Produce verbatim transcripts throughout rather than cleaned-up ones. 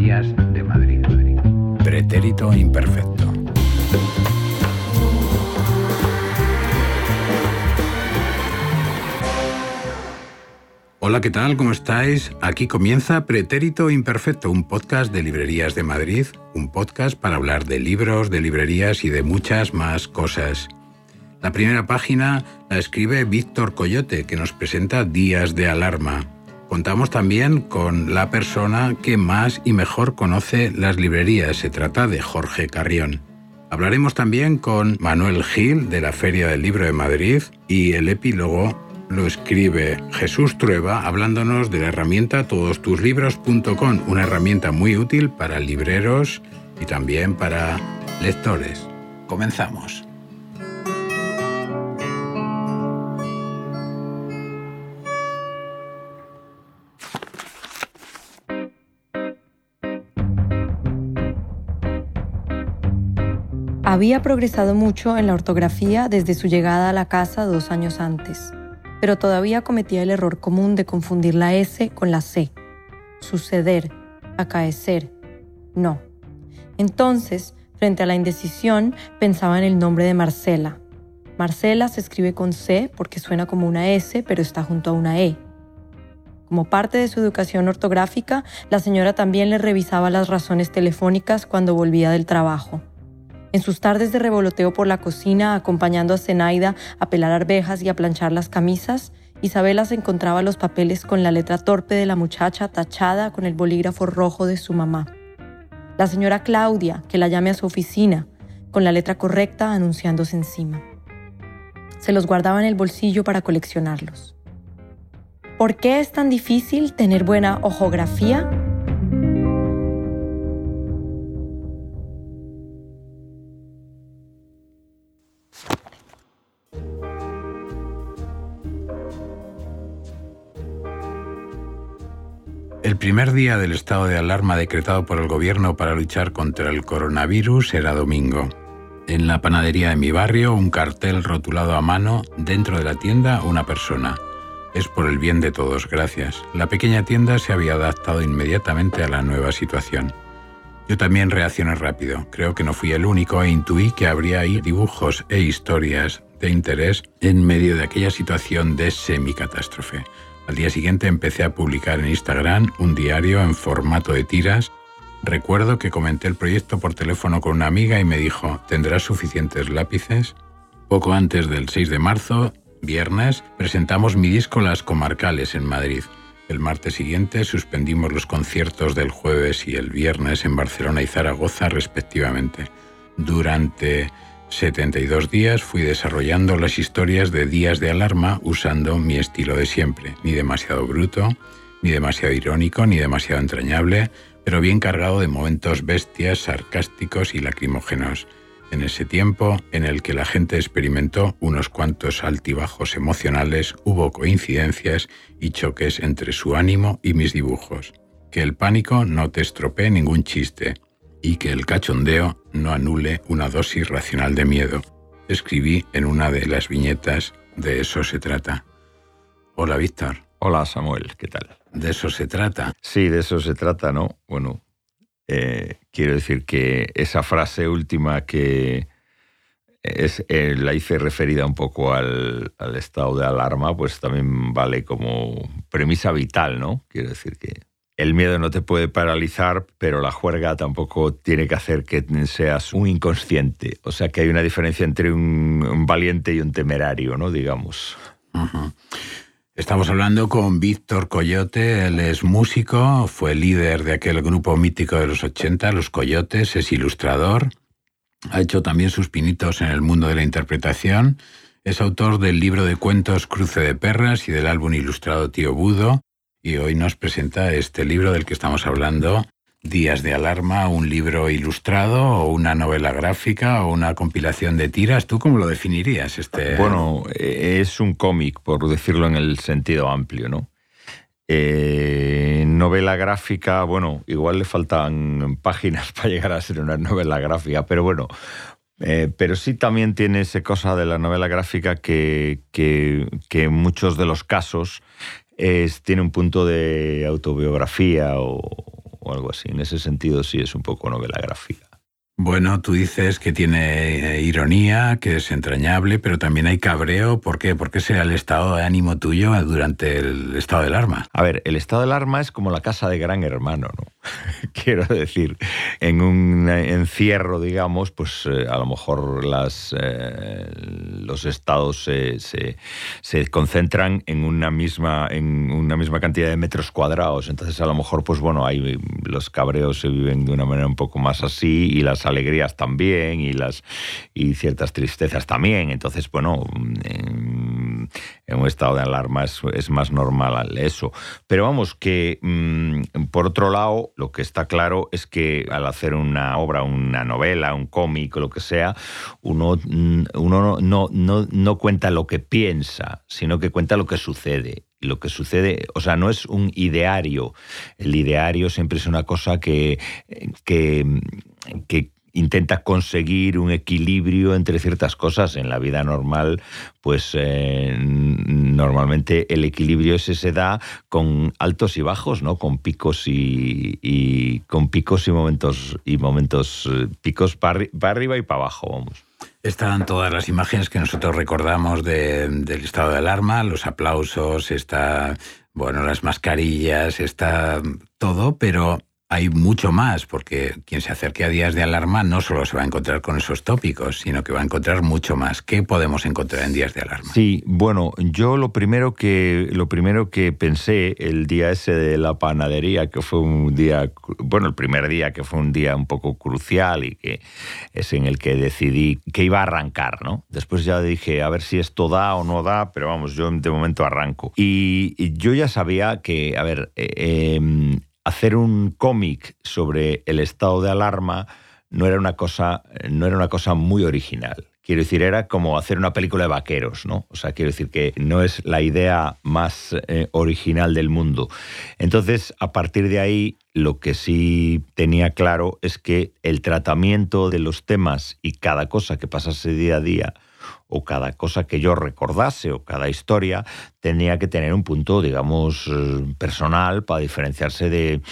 Librerías de Madrid. Pretérito imperfecto. Hola, ¿qué tal? ¿Cómo estáis? Aquí comienza Pretérito Imperfecto, un podcast de Librerías de Madrid, un podcast para hablar de libros, de librerías y de muchas más cosas. La primera página la escribe Víctor Coyote, que nos presenta Días de Alarma. Contamos también con la persona que más y mejor conoce las librerías. Se trata de Jorge Carrión. Hablaremos también con Manuel Gil, de la Feria del Libro de Madrid, y el epílogo lo escribe Jesús Trueba, hablándonos de la herramienta todos tus libros punto com, una herramienta muy útil para libreros y también para lectores. Comenzamos. Había progresado mucho en la ortografía desde su llegada a la casa dos años antes, pero todavía cometía el error común de confundir la S con la C. Suceder, acaecer, no. Entonces, frente a la indecisión, pensaba en el nombre de Marcela. Marcela se escribe con C porque suena como una S, pero está junto a una E. Como parte de su educación ortográfica, la señora también le revisaba las razones telefónicas cuando volvía del trabajo. En sus tardes de revoloteo por la cocina, acompañando a Zenaida a pelar arvejas y a planchar las camisas, Isabela se encontraba los papeles con la letra torpe de la muchacha tachada con el bolígrafo rojo de su mamá. La señora Claudia, que la llame a su oficina, con la letra correcta anunciándose encima. Se los guardaba en el bolsillo para coleccionarlos. ¿Por qué es tan difícil tener buena ojografía? El primer día del estado de alarma decretado por el gobierno para luchar contra el coronavirus era domingo. En la panadería de mi barrio, un cartel rotulado a mano, dentro de la tienda una persona. Es por el bien de todos, gracias. La pequeña tienda se había adaptado inmediatamente a la nueva situación. Yo también reaccioné rápido. Creo que no fui el único e intuí que habría ahí dibujos e historias de interés en medio de aquella situación de semicatástrofe. Al día siguiente empecé a publicar en Instagram un diario en formato de tiras. Recuerdo que comenté el proyecto por teléfono con una amiga y me dijo, ¿tendrás suficientes lápices? Poco antes del seis de marzo, viernes, presentamos mi disco Las Comarcales en Madrid. El martes siguiente suspendimos los conciertos del jueves y el viernes en Barcelona y Zaragoza respectivamente. Durante setenta y dos días fui desarrollando las historias de Días de Alarma usando mi estilo de siempre, ni demasiado bruto, ni demasiado irónico, ni demasiado entrañable, pero bien cargado de momentos bestias, sarcásticos y lacrimógenos. En ese tiempo en el que la gente experimentó unos cuantos altibajos emocionales, hubo coincidencias y choques entre su ánimo y mis dibujos. Que el pánico no te estropee ningún chiste, y que el cachondeo no anule una dosis racional de miedo. Escribí en una de las viñetas De eso se trata. Hola, Víctor. Hola, Samuel, ¿qué tal? De eso se trata. Sí, de eso se trata, ¿no? Bueno, eh, quiero decir que esa frase última que es, eh, la hice referida un poco al, al estado de alarma, pues también vale como premisa vital, ¿no? Quiero decir que el miedo no te puede paralizar, pero la juerga tampoco tiene que hacer que seas un inconsciente. O sea que hay una diferencia entre un, un valiente y un temerario, ¿no? Digamos. Uh-huh. Estamos hablando con Víctor Coyote. Él es músico, fue líder de aquel grupo mítico de los ochenta, Los Coyotes, es ilustrador. Ha hecho también sus pinitos en el mundo de la interpretación. Es autor del libro de cuentos Cruce de Perras y del álbum ilustrado Tío Budo. Y hoy nos presenta este libro del que estamos hablando, Días de Alarma, un libro ilustrado o una novela gráfica o una compilación de tiras. ¿Tú cómo lo definirías? este? Bueno, es un cómic, por decirlo en el sentido amplio, ¿no? Eh, novela gráfica, bueno, igual le faltan páginas para llegar a ser una novela gráfica, pero bueno, eh, pero sí también tiene esa cosa de la novela gráfica que, que, que en muchos de los casos es, tiene un punto de autobiografía o, o algo así. En ese sentido sí es un poco novela gráfica. Bueno, tú dices que tiene ironía, que es entrañable, pero también hay cabreo. ¿Por qué? ¿Por qué será el estado de ánimo tuyo durante el estado de alarma? A ver, el estado de alarma es como la casa de Gran Hermano, ¿no? Quiero decir, en un encierro, digamos, pues eh, a lo mejor las, eh, los estados se, se, se concentran en una, misma, en una misma cantidad de metros cuadrados. Entonces, a lo mejor, pues bueno, hay, los cabreos se viven de una manera un poco más así y las alegrías también y las y ciertas tristezas también. Entonces, bueno, en, en un estado de alarma es, es más normal eso. Pero vamos, que mmm, por otro lado, lo que está claro es que al hacer una obra, una novela, un cómic o lo que sea, uno, uno no, no, no cuenta lo que piensa, sino que cuenta lo que sucede. Lo que sucede, o sea, no es un ideario. El ideario siempre es una cosa que, que, que intenta conseguir un equilibrio entre ciertas cosas. En la vida normal, pues eh, normalmente el equilibrio ese se da con altos y bajos, ¿no? Con picos y, y con picos y momentos y momentos picos para pa arriba y para abajo, vamos. Están todas las imágenes que nosotros recordamos de, del estado de alarma, los aplausos, está, bueno, las mascarillas, está todo, pero hay mucho más, porque quien se acerque a días de alarma no solo se va a encontrar con esos tópicos, sino que va a encontrar mucho más. ¿Qué podemos encontrar en días de alarma? Sí, bueno, yo lo primero que lo primero que pensé el día ese de la panadería, que fue un día, bueno, el primer día que fue un día un poco crucial y que es en el que decidí que iba a arrancar, ¿no? Después ya dije, a ver si esto da o no da, pero vamos, yo de momento arranco. Y, y yo ya sabía que, a ver, eh, eh, hacer un cómic sobre el estado de alarma no era una cosa, no era una cosa muy original. Quiero decir, era como hacer una película de vaqueros, ¿no? O sea, quiero decir que no es la idea más eh, original del mundo. Entonces, a partir de ahí, lo que sí tenía claro es que el tratamiento de los temas y cada cosa que pasase día a día o cada cosa que yo recordase o cada historia tenía que tener un punto, digamos, personal para diferenciarse de,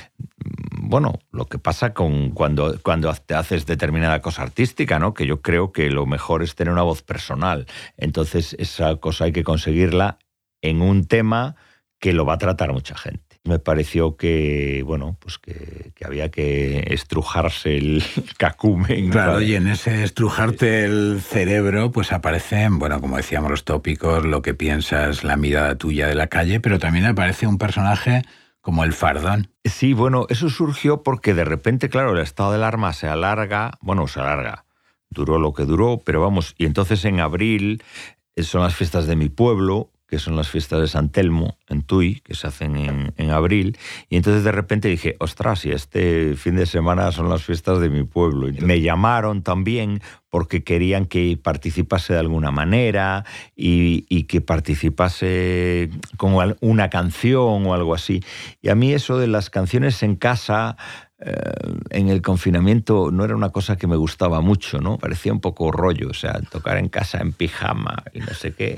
bueno, lo que pasa con cuando, cuando te haces determinada cosa artística, ¿no? Que yo creo que lo mejor es tener una voz personal. Entonces, esa cosa hay que conseguirla en un tema que lo va a tratar mucha gente. Me pareció que, bueno, pues que, que había que estrujarse el cacumen. Claro, y en ese estrujarte el cerebro, pues aparecen, bueno, como decíamos, los tópicos, lo que piensas, la mirada tuya de la calle, pero también aparece un personaje como el Fardón. Sí, bueno, eso surgió porque de repente, claro, el estado de alarma se alarga, bueno, se alarga, duró lo que duró, pero vamos, y entonces en abril son las fiestas de mi pueblo, que son las fiestas de San Telmo, en Tui, que se hacen en, en abril, y entonces de repente dije, ostras, y este fin de semana son las fiestas de mi pueblo. Y me llamaron también porque querían que participase de alguna manera y, y que participase con una canción o algo así. Y a mí eso de las canciones en casa, eh, en el confinamiento, no era una cosa que me gustaba mucho, ¿no? Parecía un poco rollo, o sea, tocar en casa en pijama y no sé qué.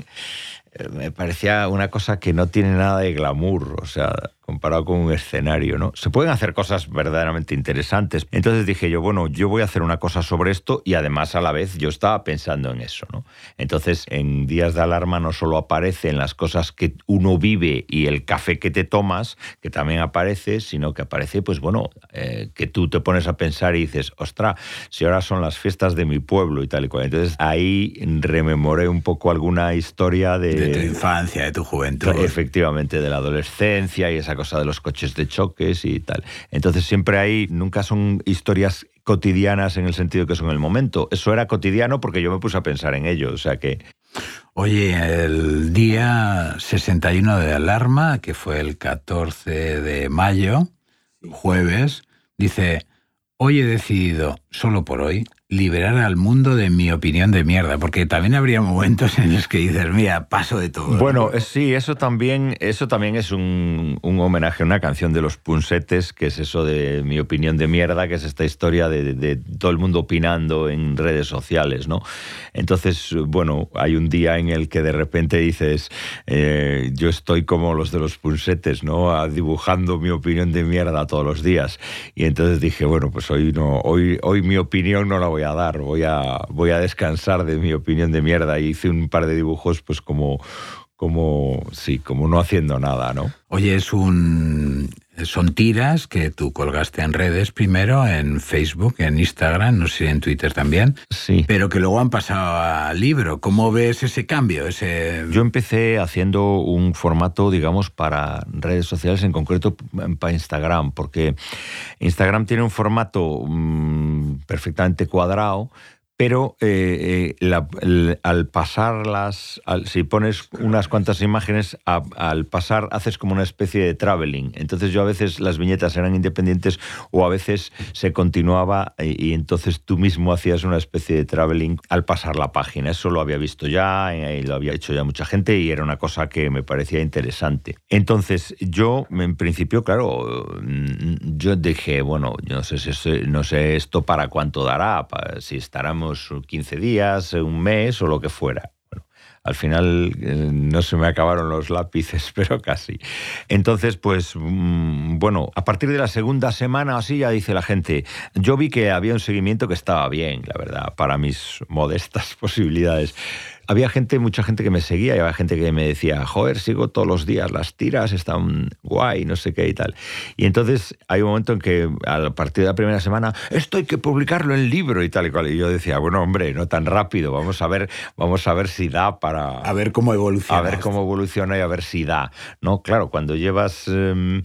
Me parecía una cosa que no tiene nada de glamour, o sea, comparado con un escenario, ¿no? Se pueden hacer cosas verdaderamente interesantes. Entonces dije yo, bueno, yo voy a hacer una cosa sobre esto y además a la vez yo estaba pensando en eso, ¿no? Entonces, en días de alarma no solo aparecen las cosas que uno vive y el café que te tomas, que también aparece, sino que aparece, pues bueno, eh, que tú te pones a pensar y dices, ostras, si ahora son las fiestas de mi pueblo y tal y cual. Entonces, ahí rememoré un poco alguna historia de... De tu infancia, de tu juventud. Efectivamente, de la adolescencia y esa cosa de los coches de choques y tal. Entonces siempre hay, nunca son historias cotidianas en el sentido que son el momento. Eso era cotidiano porque yo me puse a pensar en ello, o sea que... Oye, el día sesenta y uno de alarma, que fue el catorce de mayo, jueves, dice, hoy he decidido, solo por hoy, liberar al mundo de mi opinión de mierda, porque también habría momentos en los que dices, mira, paso de todo. Bueno, sí, eso también, eso también es un, un homenaje a una canción de los Punsetes, que es eso de mi opinión de mierda, que es esta historia de, de, de todo el mundo opinando en redes sociales, ¿no? Entonces, bueno, hay un día en el que de repente dices, eh, yo estoy como los de los Punsetes, ¿no? Dibujando mi opinión de mierda todos los días. Y entonces dije, bueno, pues hoy no, hoy, hoy mi opinión no la voy a dar, voy a, voy a descansar de mi opinión de mierda. Y hice un par de dibujos, pues como, como, sí, como no haciendo nada, ¿no? Oye, es un, son tiras que tú colgaste en redes primero, en Facebook, en Instagram, no sé si en Twitter también, sí, pero que luego han pasado al libro. ¿Cómo ves ese cambio? Ese... Yo empecé haciendo un formato, digamos, para redes sociales, en concreto para Instagram, porque Instagram tiene un formato mmm, perfectamente cuadrado, pero eh, eh, la, el, al pasar las... Al, si pones unas cuantas imágenes, a, al pasar haces como una especie de traveling. Entonces yo a veces las viñetas eran independientes o a veces se continuaba y, y entonces tú mismo hacías una especie de traveling al pasar la página. Eso lo había visto ya y lo había hecho ya mucha gente y era una cosa que me parecía interesante. Entonces yo, en principio, claro, yo dije, bueno, no sé, si, no sé esto para cuánto dará, para, si estaremos quince días, un mes o lo que fuera. Bueno, al final eh, no se me acabaron los lápices, pero casi. Entonces, pues, mmm, bueno, a partir de la segunda semana así ya dice la gente, yo vi que había un seguimiento que estaba bien, la verdad, para mis modestas posibilidades. Había gente, mucha gente que me seguía y había gente que me decía, joder, sigo todos los días, las tiras están guay, no sé qué y tal. Y entonces hay un momento en que a partir de la primera semana, esto hay que publicarlo en libro y tal y cual. Y yo decía, bueno, hombre, no tan rápido, vamos a ver, vamos a ver si da para... A ver cómo evoluciona. A ver cómo evoluciona y a ver si da. No, claro, cuando llevas... Um,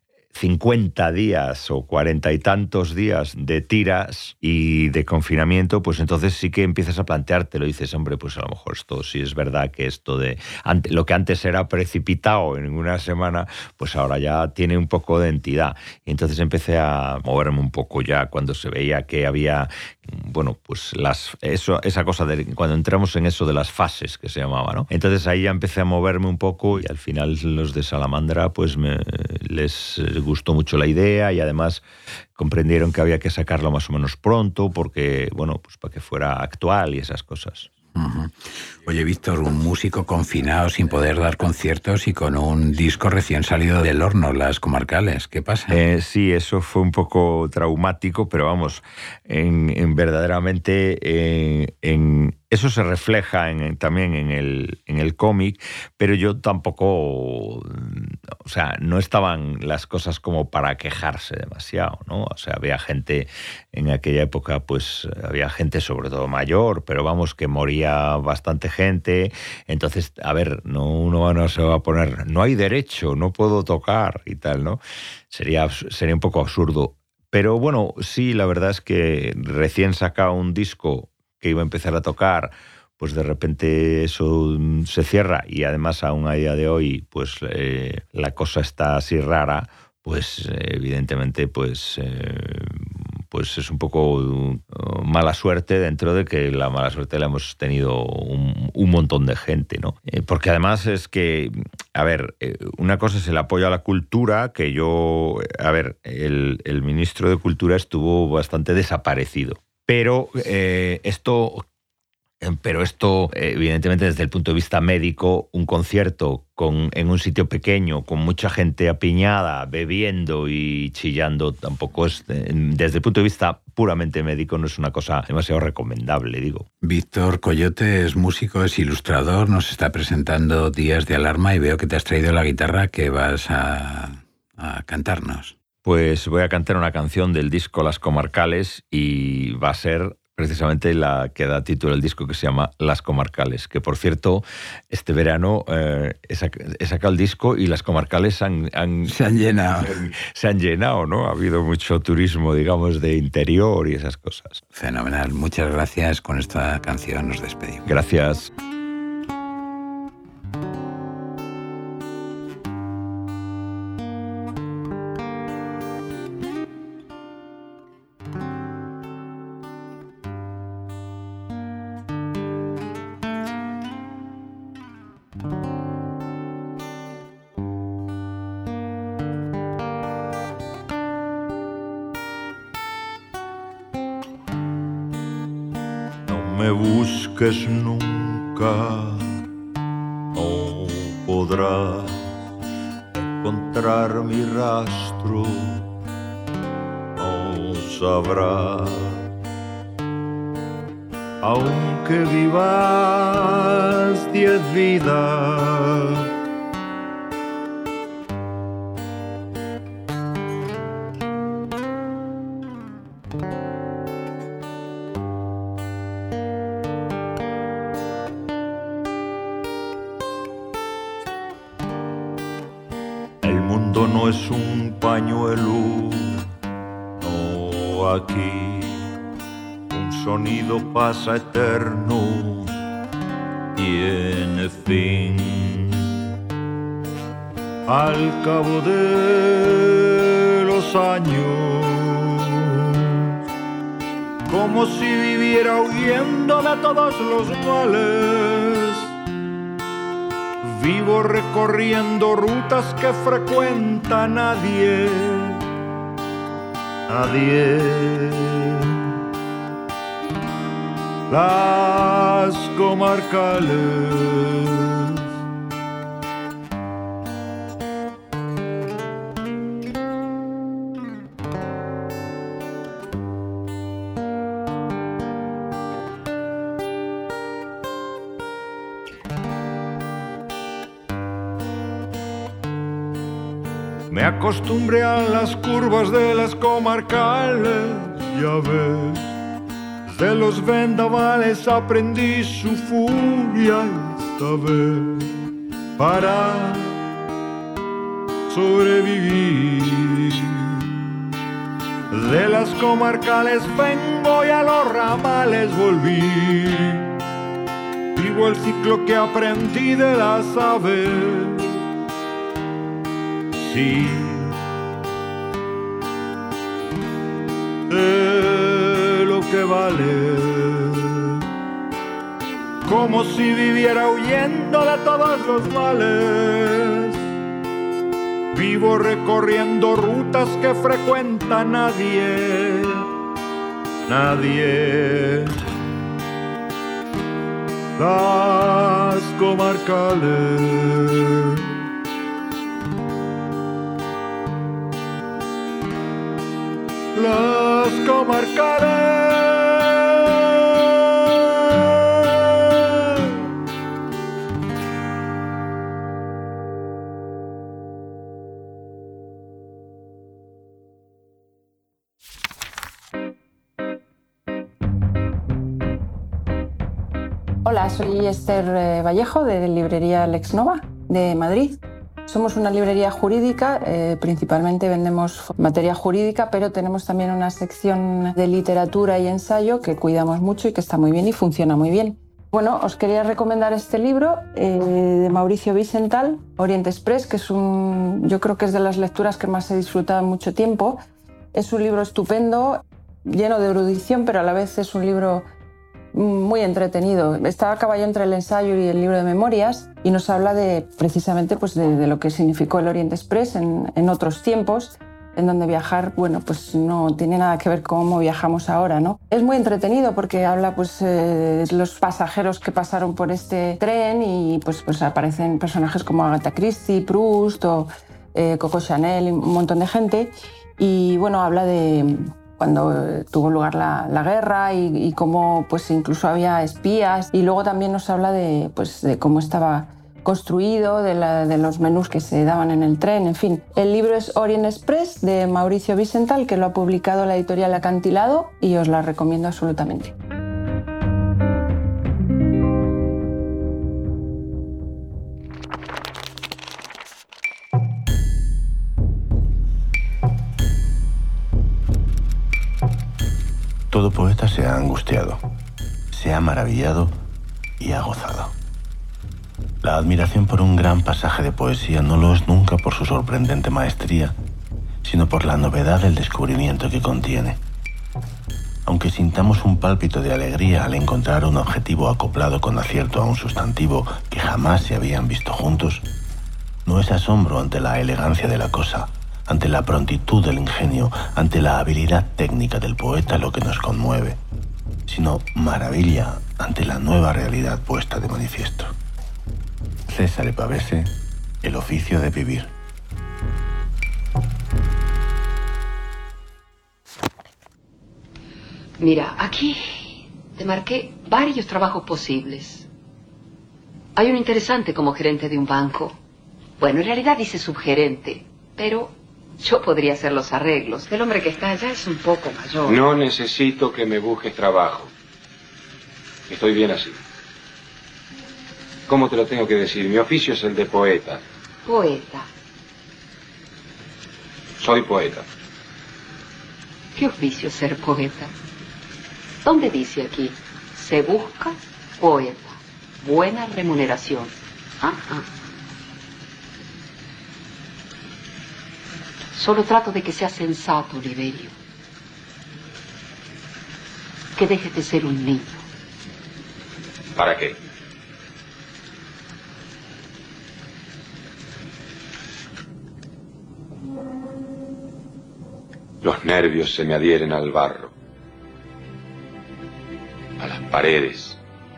cincuenta días o cuarenta y tantos días de tiras y de confinamiento, pues entonces sí que empiezas a planteártelo. Dices, hombre, pues a lo mejor esto sí es verdad que esto de... Lo que antes era precipitado en una semana, pues ahora ya tiene un poco de entidad. Y entonces empecé a moverme un poco ya cuando se veía que había... Bueno, pues las, eso, esa cosa de cuando entramos en eso de las fases que se llamaba, ¿no? Entonces ahí ya empecé a moverme un poco y al final los de Salamandra pues me, les gustó mucho la idea y además comprendieron que había que sacarlo más o menos pronto porque, bueno, pues para que fuera actual y esas cosas. Uh-huh. Oye, Víctor, un músico confinado sin poder dar conciertos y con un disco recién salido del horno, Las Comarcales, ¿qué pasa? Eh, sí, eso fue un poco traumático, pero vamos, en, en verdaderamente eh, en, eso se refleja en, en, también en el, en el cómic, pero yo tampoco, o sea, no estaban las cosas como para quejarse demasiado, ¿no? O sea, había gente en aquella época, pues había gente sobre todo mayor, pero vamos, que moría bastante gente. Entonces, a ver, no, uno no se va a poner, no hay derecho, no puedo tocar y tal, ¿no? Sería, sería un poco absurdo. Pero bueno, sí, la verdad es que recién sacado un disco que iba a empezar a tocar, pues de repente eso se cierra y además aún a día de hoy, pues eh, la cosa está así rara, pues eh, evidentemente, pues... Eh, pues es un poco uh, mala suerte dentro de que la mala suerte la hemos tenido un, un montón de gente, ¿no? Eh, porque además es que, a ver, eh, una cosa es el apoyo a la cultura, que yo, a ver, el, el ministro de Cultura estuvo bastante desaparecido. Pero eh, esto... Pero esto, evidentemente, desde el punto de vista médico, un concierto con, en un sitio pequeño, con mucha gente apiñada, bebiendo y chillando, tampoco es, desde el punto de vista puramente médico, no es una cosa demasiado recomendable, digo. Víctor Coyote es músico, es ilustrador, nos está presentando Días de Alarma y veo que te has traído la guitarra que vas a, a cantarnos. Pues voy a cantar una canción del disco Las Comarcales y va a ser... precisamente la que da título al disco, que se llama Las Comarcales, que por cierto, este verano eh, he, sac- he sacado el disco y Las Comarcales han, han, se han llenado. Se han, se han llenado, ¿no? Ha habido mucho turismo, digamos, de interior y esas cosas. Fenomenal. Muchas gracias. Con esta canción nos despedimos. Gracias. me busques nunca, no podrás encontrar mi rastro, no sabrás, aunque vivas diez vidas. No es un pañuelo, no aquí, un sonido pasa eterno, tiene fin. Al cabo de los años, como si viviera huyendo de todos los males. Vivo recorriendo rutas que frecuenta nadie, nadie. Las comarcales. Me acostumbré a las curvas de las comarcales, ya ves. De los vendavales aprendí su furia esta vez para sobrevivir. De las comarcales vengo y a los ramales volví. Vivo el ciclo que aprendí de las aves. Sí, de lo que vale, como si viviera huyendo de todos los males. Vivo recorriendo rutas que frecuenta nadie, nadie. Las comarcales. Las comarcales. Hola, soy Esther Vallejo de Librería Lex Nova de Madrid. Somos una librería jurídica, eh, principalmente vendemos materia jurídica, pero tenemos también una sección de literatura y ensayo que cuidamos mucho y que está muy bien y funciona muy bien. Bueno, os quería recomendar este libro eh, de Mauricio Wiesenthal, Orient Express, que es un, yo creo que es de las lecturas que más he disfrutado en mucho tiempo. Es un libro estupendo, lleno de erudición, pero a la vez es un libro muy entretenido. Está a caballo entre el ensayo y el libro de memorias y nos habla de, precisamente pues de, de lo que significó el Orient Express en, en otros tiempos, en donde viajar, bueno, pues no tiene nada que ver con cómo viajamos ahora, ¿no? Es muy entretenido porque habla pues eh, de los pasajeros que pasaron por este tren y pues, pues aparecen personajes como Agatha Christie, Proust o eh, Coco Chanel y un montón de gente. Y bueno, habla de cuando tuvo lugar la, la guerra y, y cómo pues incluso había espías, y luego también nos habla de, pues, de cómo estaba construido, de, la, de los menús que se daban en el tren, en fin. El libro es Orient Express de Mauricio Wiesenthal, que lo ha publicado la editorial Acantilado y os la recomiendo absolutamente. Todo poeta se ha angustiado, se ha maravillado y ha gozado. La admiración por un gran pasaje de poesía no lo es nunca por su sorprendente maestría, sino por la novedad del descubrimiento que contiene. Aunque sintamos un pálpito de alegría al encontrar un adjetivo acoplado con acierto a un sustantivo que jamás se habían visto juntos, no es asombro ante la elegancia de la cosa, ante la prontitud del ingenio, ante la habilidad técnica del poeta lo que nos conmueve, sino maravilla ante la nueva realidad puesta de manifiesto. Cesare Pavese, El oficio de vivir. Mira, aquí te marqué varios trabajos posibles. Hay un interesante como gerente de un banco. Bueno, en realidad dice subgerente, pero yo podría hacer los arreglos. El hombre que está allá es un poco mayor. No necesito que me busques trabajo. Estoy bien así. ¿Cómo te lo tengo que decir? Mi oficio es el de poeta. Poeta. Soy poeta. ¿Qué oficio es ser poeta? ¿Dónde dice aquí? Se busca poeta. Buena remuneración. Ah, ah. Solo trato de que sea sensato, Oliverio. Que dejes de ser un niño. ¿Para qué? Los nervios se me adhieren al barro, a las paredes.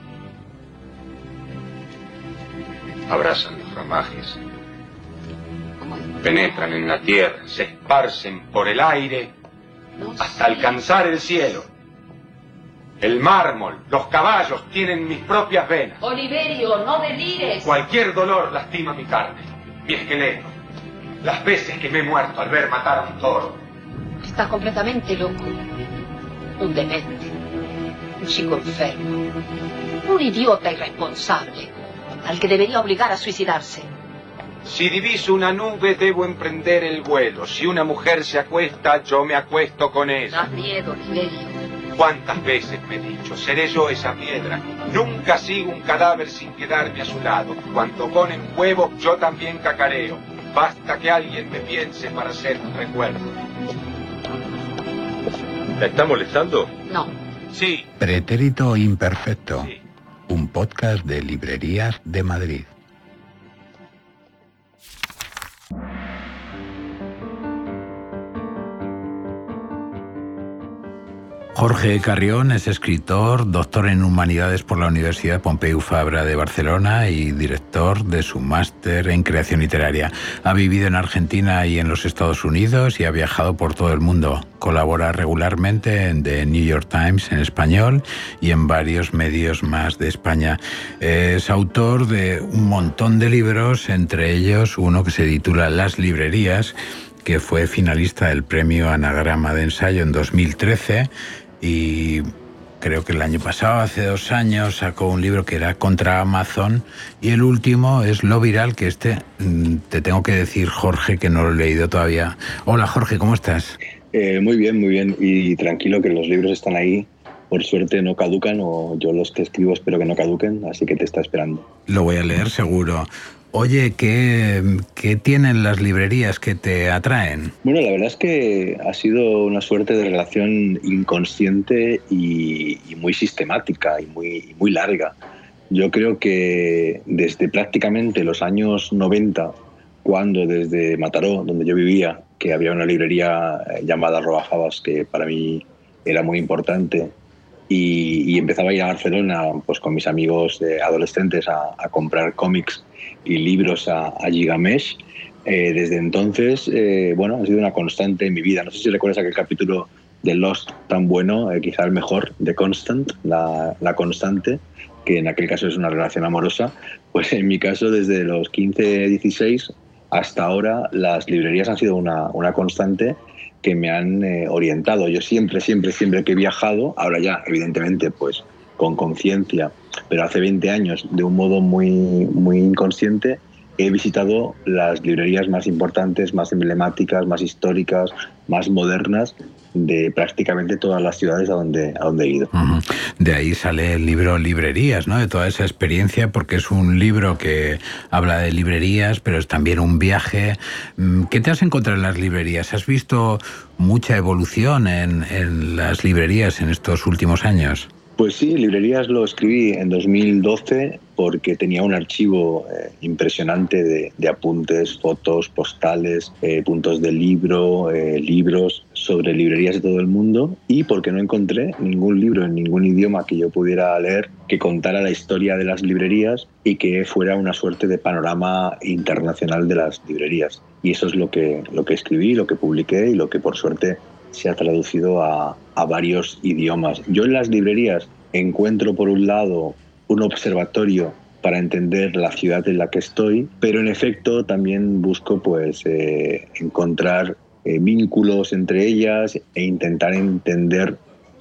Abrazan los ramajes. Penetran en la tierra, se esparcen por el aire hasta alcanzar el cielo. El mármol, los caballos tienen mis propias venas. Oliverio, no delires. Cualquier dolor lastima mi carne, mi esqueleto. Las veces que me he muerto al ver matar a un toro. Está completamente loco. Un demente. Un chico enfermo. Un idiota irresponsable al que debería obligar a suicidarse. Si diviso una nube, debo emprender el vuelo. Si una mujer se acuesta, yo me acuesto con ella. Da miedo, Oliverio. ¿Cuántas veces me he dicho, seré yo esa piedra? Nunca sigo un cadáver sin quedarme a su lado. Cuando ponen huevos, yo también cacareo. Basta que alguien me piense para hacer un recuerdo. ¿La está molestando? No. Sí. Pretérito Imperfecto, Sí. un podcast de Librerías de Madrid. Jorge Carrión es escritor, doctor en Humanidades por la Universidad Pompeu Fabra de Barcelona y director de su máster en creación literaria. Ha vivido en Argentina y en los Estados Unidos y ha viajado por todo el mundo. Colabora regularmente en The New York Times en español y en varios medios más de España. Es autor de un montón de libros, entre ellos uno que se titula Las librerías, que fue finalista del premio Anagrama de Ensayo en dos mil trece y creo que el año pasado, hace dos años, sacó un libro que era contra Amazon y el último es Lo Viral, que este te tengo que decir, Jorge, que no lo he leído todavía. Hola, Jorge, ¿cómo estás? Eh, muy bien, muy bien y tranquilo que los libros están ahí. Por suerte no caducan, o yo los que escribo espero que no caduquen, así que te está esperando. Lo voy a leer seguro. Oye, ¿qué, ¿qué tienen las librerías que te atraen? Bueno, la verdad es que ha sido una suerte de relación inconsciente y, y muy sistemática y muy, y muy larga. Yo creo que desde prácticamente los años noventa, cuando desde Mataró, donde yo vivía, que había una librería llamada Robajabas, que para mí era muy importante, y, y empezaba a ir a Barcelona pues, con mis amigos eh, adolescentes a, a comprar cómics y libros a, a Gigamesh. Eh, desde entonces, eh, bueno, ha sido una constante en mi vida. No sé si recuerdas aquel capítulo de Lost tan bueno, eh, quizá el mejor, de Constant, la, la constante, que en aquel caso es una relación amorosa. Pues en mi caso, desde los quince, dieciséis hasta ahora, las librerías han sido una, una constante que me han eh, orientado. Yo siempre, siempre, siempre que he viajado, ahora ya, evidentemente, pues con conciencia, pero hace veinte años, de un modo muy, muy inconsciente, he visitado las librerías más importantes, más emblemáticas, más históricas, más modernas de prácticamente todas las ciudades a donde, a donde he ido. Uh-huh. De ahí sale el libro Librerías, ¿no? De toda esa experiencia, porque es un libro que habla de librerías, pero es también un viaje. ¿Qué te has encontrado en las librerías? ¿Has visto mucha evolución en, en las librerías en estos últimos años? Pues sí, librerías lo escribí en dos mil doce porque tenía un archivo eh, impresionante de, de apuntes, fotos, postales, eh, puntos de libro, eh, libros sobre librerías de todo el mundo, y porque no encontré ningún libro en ningún idioma que yo pudiera leer que contara la historia de las librerías y que fuera una suerte de panorama internacional de las librerías. Y eso es lo que, lo que escribí, lo que publiqué y lo que por suerte se ha traducido a, a varios idiomas. Yo en las librerías encuentro, por un lado, un observatorio para entender la ciudad en la que estoy, pero en efecto también busco pues, eh, encontrar eh, vínculos entre ellas e intentar entender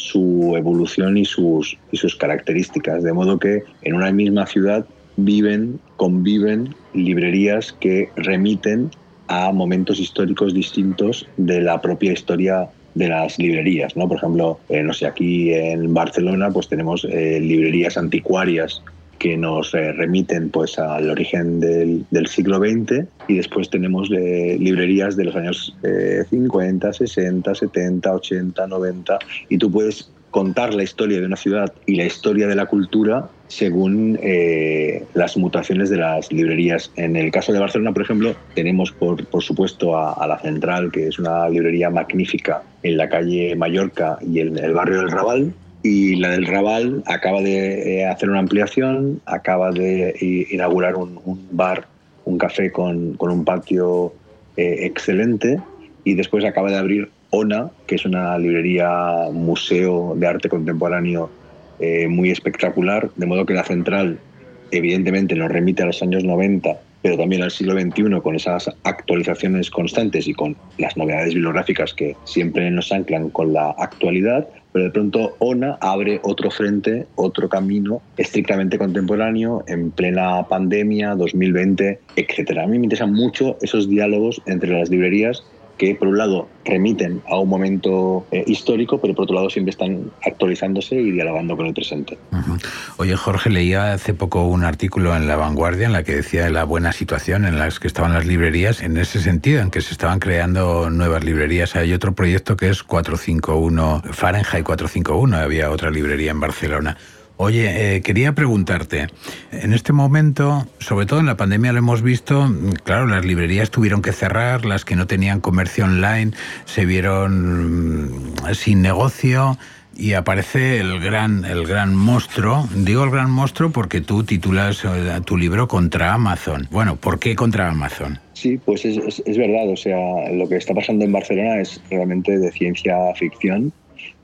su evolución y sus, y sus características, de modo que en una misma ciudad viven, conviven librerías que remiten a momentos históricos distintos de la propia historia de las librerías, ¿no? Por ejemplo, eh, no sé, aquí en Barcelona pues tenemos eh, librerías anticuarias que nos eh, remiten pues al origen del, del siglo veinte, y después tenemos eh, librerías de los años eh, cincuenta, sesenta, setenta, ochenta, noventa, y tú puedes contar la historia de una ciudad y la historia de la cultura según eh, las mutaciones de las librerías. En el caso de Barcelona, por ejemplo, tenemos por, por supuesto a, a La Central, que es una librería magnífica en la calle Mallorca y en el barrio del Raval, y la del Raval acaba de eh, hacer una ampliación, acaba de eh, inaugurar un, un bar, un café con, con un patio eh, excelente, y después acaba de abrir ONA, que es una librería museo de arte contemporáneo eh, muy espectacular, de modo que La Central evidentemente nos remite a los años noventa, pero también al siglo veintiuno, con esas actualizaciones constantes y con las novedades bibliográficas que siempre nos anclan con la actualidad, pero de pronto ONA abre otro frente, otro camino estrictamente contemporáneo en plena pandemia, dos mil veinte, etcétera. A mí me interesan mucho esos diálogos entre las librerías que, por un lado, remiten a un momento eh, histórico, pero por otro lado siempre están actualizándose y dialogando con el presente. Uh-huh. Oye, Jorge, leía hace poco un artículo en La Vanguardia en la que decía de la buena situación en la que estaban las librerías, en ese sentido, en que se estaban creando nuevas librerías. Hay otro proyecto que es cuatrocientos cincuenta y uno, Fahrenheit cuatrocientos cincuenta y uno, había otra librería en Barcelona. Oye, eh, quería preguntarte, en este momento, sobre todo en la pandemia lo hemos visto, claro, las librerías tuvieron que cerrar, las que no tenían comercio online se vieron mmm, sin negocio, y aparece el gran, el gran monstruo. Digo el gran monstruo porque tú titulas tu libro Contra Amazon. Bueno, ¿por qué contra Amazon? Sí, pues es, es, es verdad, o sea, lo que está pasando en Barcelona es realmente de ciencia ficción.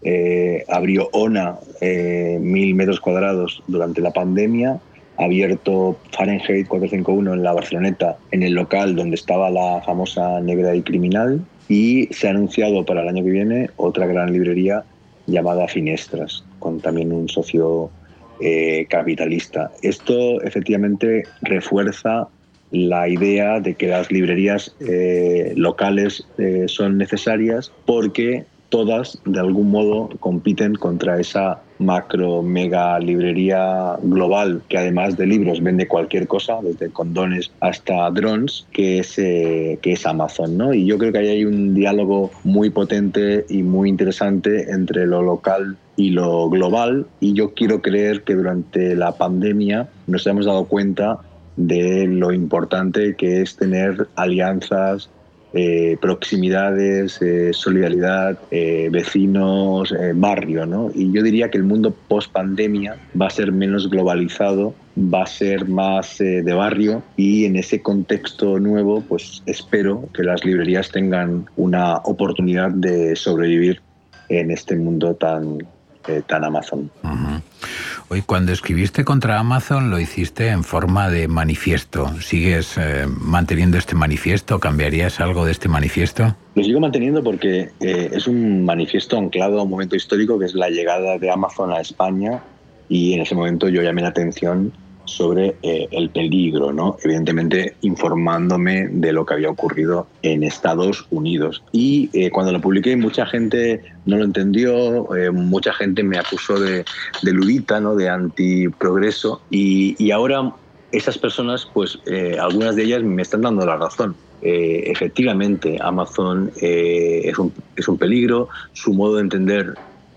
Eh, abrió ONA eh, mil metros cuadrados durante la pandemia, ha abierto Fahrenheit cuatrocientos cincuenta y uno en la Barceloneta, en el local donde estaba la famosa Negra y Criminal, y se ha anunciado para el año que viene otra gran librería llamada Finestras, con también un socio eh, capitalista. Esto efectivamente refuerza la idea de que las librerías eh, locales eh, son necesarias, porque todas de algún modo compiten contra esa macro mega librería global que además de libros vende cualquier cosa, desde condones hasta drones, que es, eh, que es Amazon, ¿no? Y yo creo que ahí hay un diálogo muy potente y muy interesante entre lo local y lo global, y yo quiero creer que durante la pandemia nos hemos dado cuenta de lo importante que es tener alianzas, Eh, proximidades, eh, solidaridad, eh, vecinos, eh, barrio, ¿no? Y yo diría que el mundo post-pandemia va a ser menos globalizado, va a ser más eh, de barrio, y en ese contexto nuevo, pues espero que las librerías tengan una oportunidad de sobrevivir en este mundo tan, eh, tan Amazon. Uh-huh. Hoy, cuando escribiste contra Amazon, lo hiciste en forma de manifiesto. ¿Sigues eh, manteniendo este manifiesto? ¿Cambiarías algo de este manifiesto? Lo sigo manteniendo porque eh, es un manifiesto anclado a un momento histórico, que es la llegada de Amazon a España, y en ese momento yo llamé la atención sobre eh, el peligro, ¿no? Evidentemente informándome de lo que había ocurrido en Estados Unidos. Y eh, cuando lo publiqué, mucha gente no lo entendió, eh, mucha gente me acusó de, de ludita, ¿no? De antiprogreso, y, y ahora esas personas, pues eh, algunas de ellas me están dando la razón. Eh, efectivamente, Amazon eh, es, un, es un peligro, su modo de entender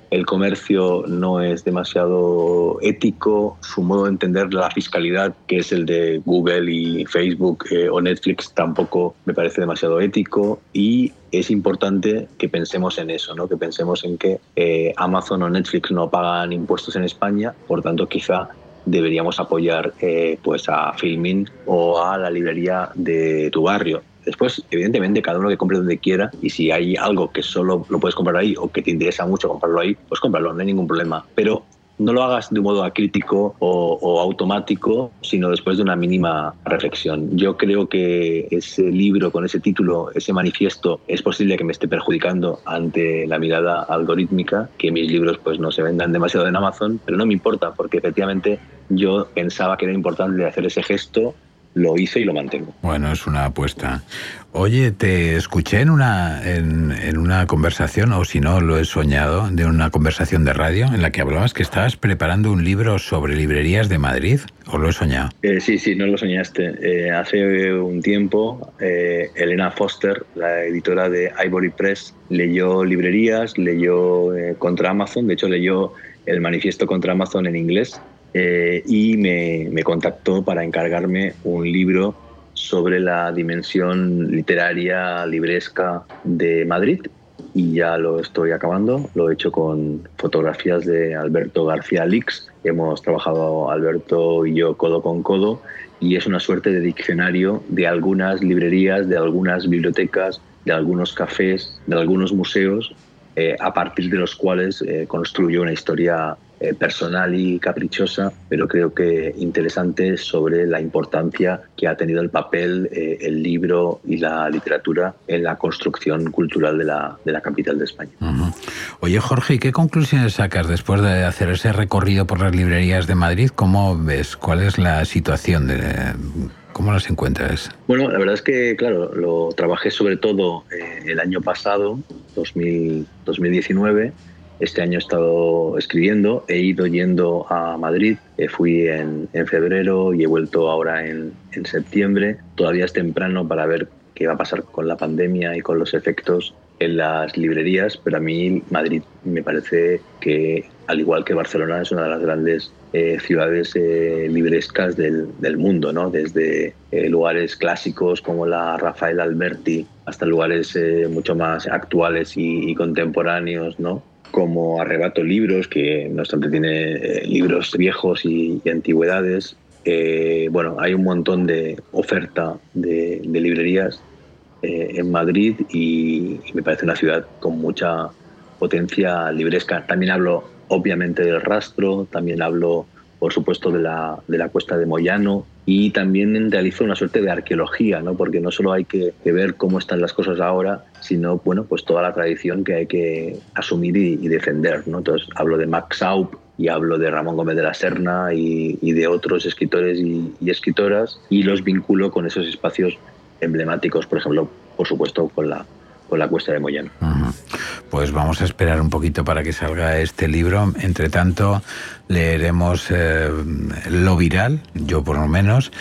el comercio no es demasiado ético, su modo de entender la fiscalidad, que es el de Google y Facebook eh, o Netflix, tampoco me parece demasiado ético, y es importante que pensemos en eso, ¿no? Que pensemos en que eh, Amazon o Netflix no pagan impuestos en España, por tanto quizá deberíamos apoyar eh, pues a Filmin o a la librería de tu barrio. Después, evidentemente, cada uno que compre donde quiera, y si hay algo que solo lo puedes comprar ahí o que te interesa mucho comprarlo ahí, pues cómpralo, no hay ningún problema. Pero no lo hagas de un modo acrítico o, o automático, sino después de una mínima reflexión. Yo creo que ese libro con ese título, ese manifiesto, es posible que me esté perjudicando ante la mirada algorítmica, que mis libros pues no se vendan demasiado en Amazon, pero no me importa, porque efectivamente yo pensaba que era importante hacer ese gesto, lo hice y lo mantengo. Bueno, es una apuesta. Oye, te escuché en una, en, en una conversación, o si no lo he soñado, de una conversación de radio en la que hablabas que estabas preparando un libro sobre librerías de Madrid, ¿o lo he soñado? Eh, sí, sí, no lo soñaste. Eh, hace un tiempo, eh, Elena Foster, la editora de Ivory Press, leyó librerías, leyó eh, contra Amazon, de hecho leyó el manifiesto contra Amazon en inglés, Eh, y me, me contactó para encargarme un libro sobre la dimensión literaria, libresca de Madrid, y ya lo estoy acabando. Lo he hecho con fotografías de Alberto García Lix. Hemos trabajado Alberto y yo codo con codo, y es una suerte de diccionario de algunas librerías, de algunas bibliotecas, de algunos cafés, de algunos museos, eh, a partir de los cuales eh, construyo una historia Eh, personal y caprichosa, pero creo que interesante, sobre la importancia que ha tenido el papel, eh, el libro y la literatura en la construcción cultural de la, de la capital de España. Uh-huh. Oye, Jorge, ¿y qué conclusiones sacas después de hacer ese recorrido por las librerías de Madrid? ¿Cómo ves? ¿Cuál es la situación? De, ¿Cómo las encuentras? Bueno, la verdad es que, claro, lo trabajé sobre todo eh, el año pasado, dos mil diecinueve. Este año he estado escribiendo, he ido yendo a Madrid, eh, fui en, en febrero y he vuelto ahora en, en septiembre. Todavía es temprano para ver qué va a pasar con la pandemia y con los efectos en las librerías, pero a mí Madrid me parece que, al igual que Barcelona, es una de las grandes eh, ciudades eh, librescas del, del mundo, ¿no? Desde eh, lugares clásicos como la Rafael Alberti hasta lugares eh, mucho más actuales y, y contemporáneos, ¿no? Como Arrebato Libros, que no obstante tiene eh, libros viejos y, y antigüedades. Eh, bueno, hay un montón de oferta de, de librerías eh, en Madrid, y, y me parece una ciudad con mucha potencia libresca. También hablo, obviamente, del Rastro, también hablo, por supuesto, de la, de la Cuesta de Moyano, y también realizo una suerte de arqueología, ¿no? Porque no solo hay que, que ver cómo están las cosas ahora, sino, bueno, pues toda la tradición que hay que asumir y, y defender, ¿no? Entonces hablo de Max Saup y hablo de Ramón Gómez de la Serna y, y de otros escritores y, y escritoras, y los vinculo con esos espacios emblemáticos, por ejemplo, por supuesto, con la con la Cuesta de Moyano. Uh-huh. Pues vamos a esperar un poquito para que salga este libro. Entre tanto, leeremos eh, Lo Viral, yo por lo menos,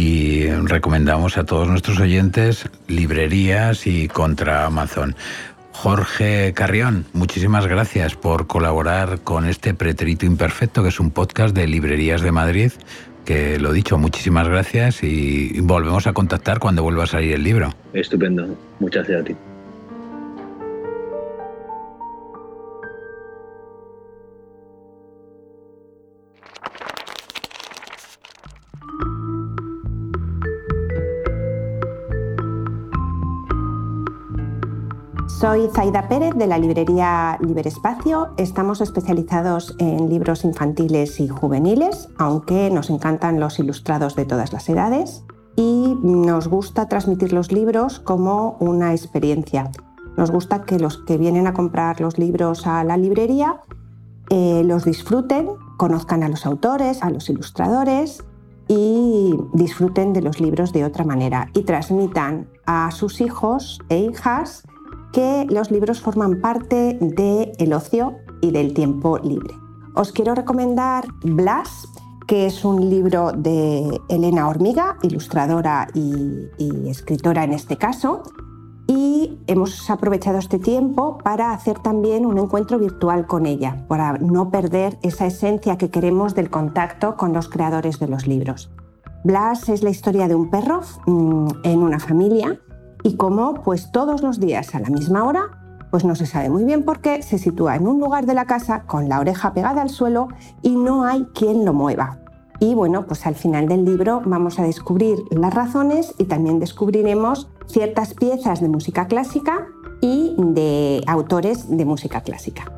y recomendamos a todos nuestros oyentes librerías y contra Amazon. Jorge Carrión, muchísimas gracias por colaborar con este Pretérito Imperfecto, que es un podcast de Librerías de Madrid. Que lo dicho, muchísimas gracias, y volvemos a contactar cuando vuelva a salir el libro. Estupendo, muchas gracias a ti. Soy Zaida Pérez, de la librería Liberespacio. Estamos especializados en libros infantiles y juveniles, aunque nos encantan los ilustrados de todas las edades, y nos gusta transmitir los libros como una experiencia. Nos gusta que los que vienen a comprar los libros a la librería eh, los disfruten, conozcan a los autores, a los ilustradores, y disfruten de los libros de otra manera, y transmitan a sus hijos e hijas que los libros forman parte del ocio y del tiempo libre. Os quiero recomendar Blas, que es un libro de Elena Hormiga, ilustradora y, y escritora en este caso, y hemos aprovechado este tiempo para hacer también un encuentro virtual con ella, para no perder esa esencia que queremos del contacto con los creadores de los libros. Blas es la historia de un perro mmm, en una familia y cómo pues, todos los días a la misma hora, pues no se sabe muy bien por qué, se sitúa en un lugar de la casa con la oreja pegada al suelo y no hay quien lo mueva. Y bueno, pues al final del libro vamos a descubrir las razones y también descubriremos ciertas piezas de música clásica y de autores de música clásica.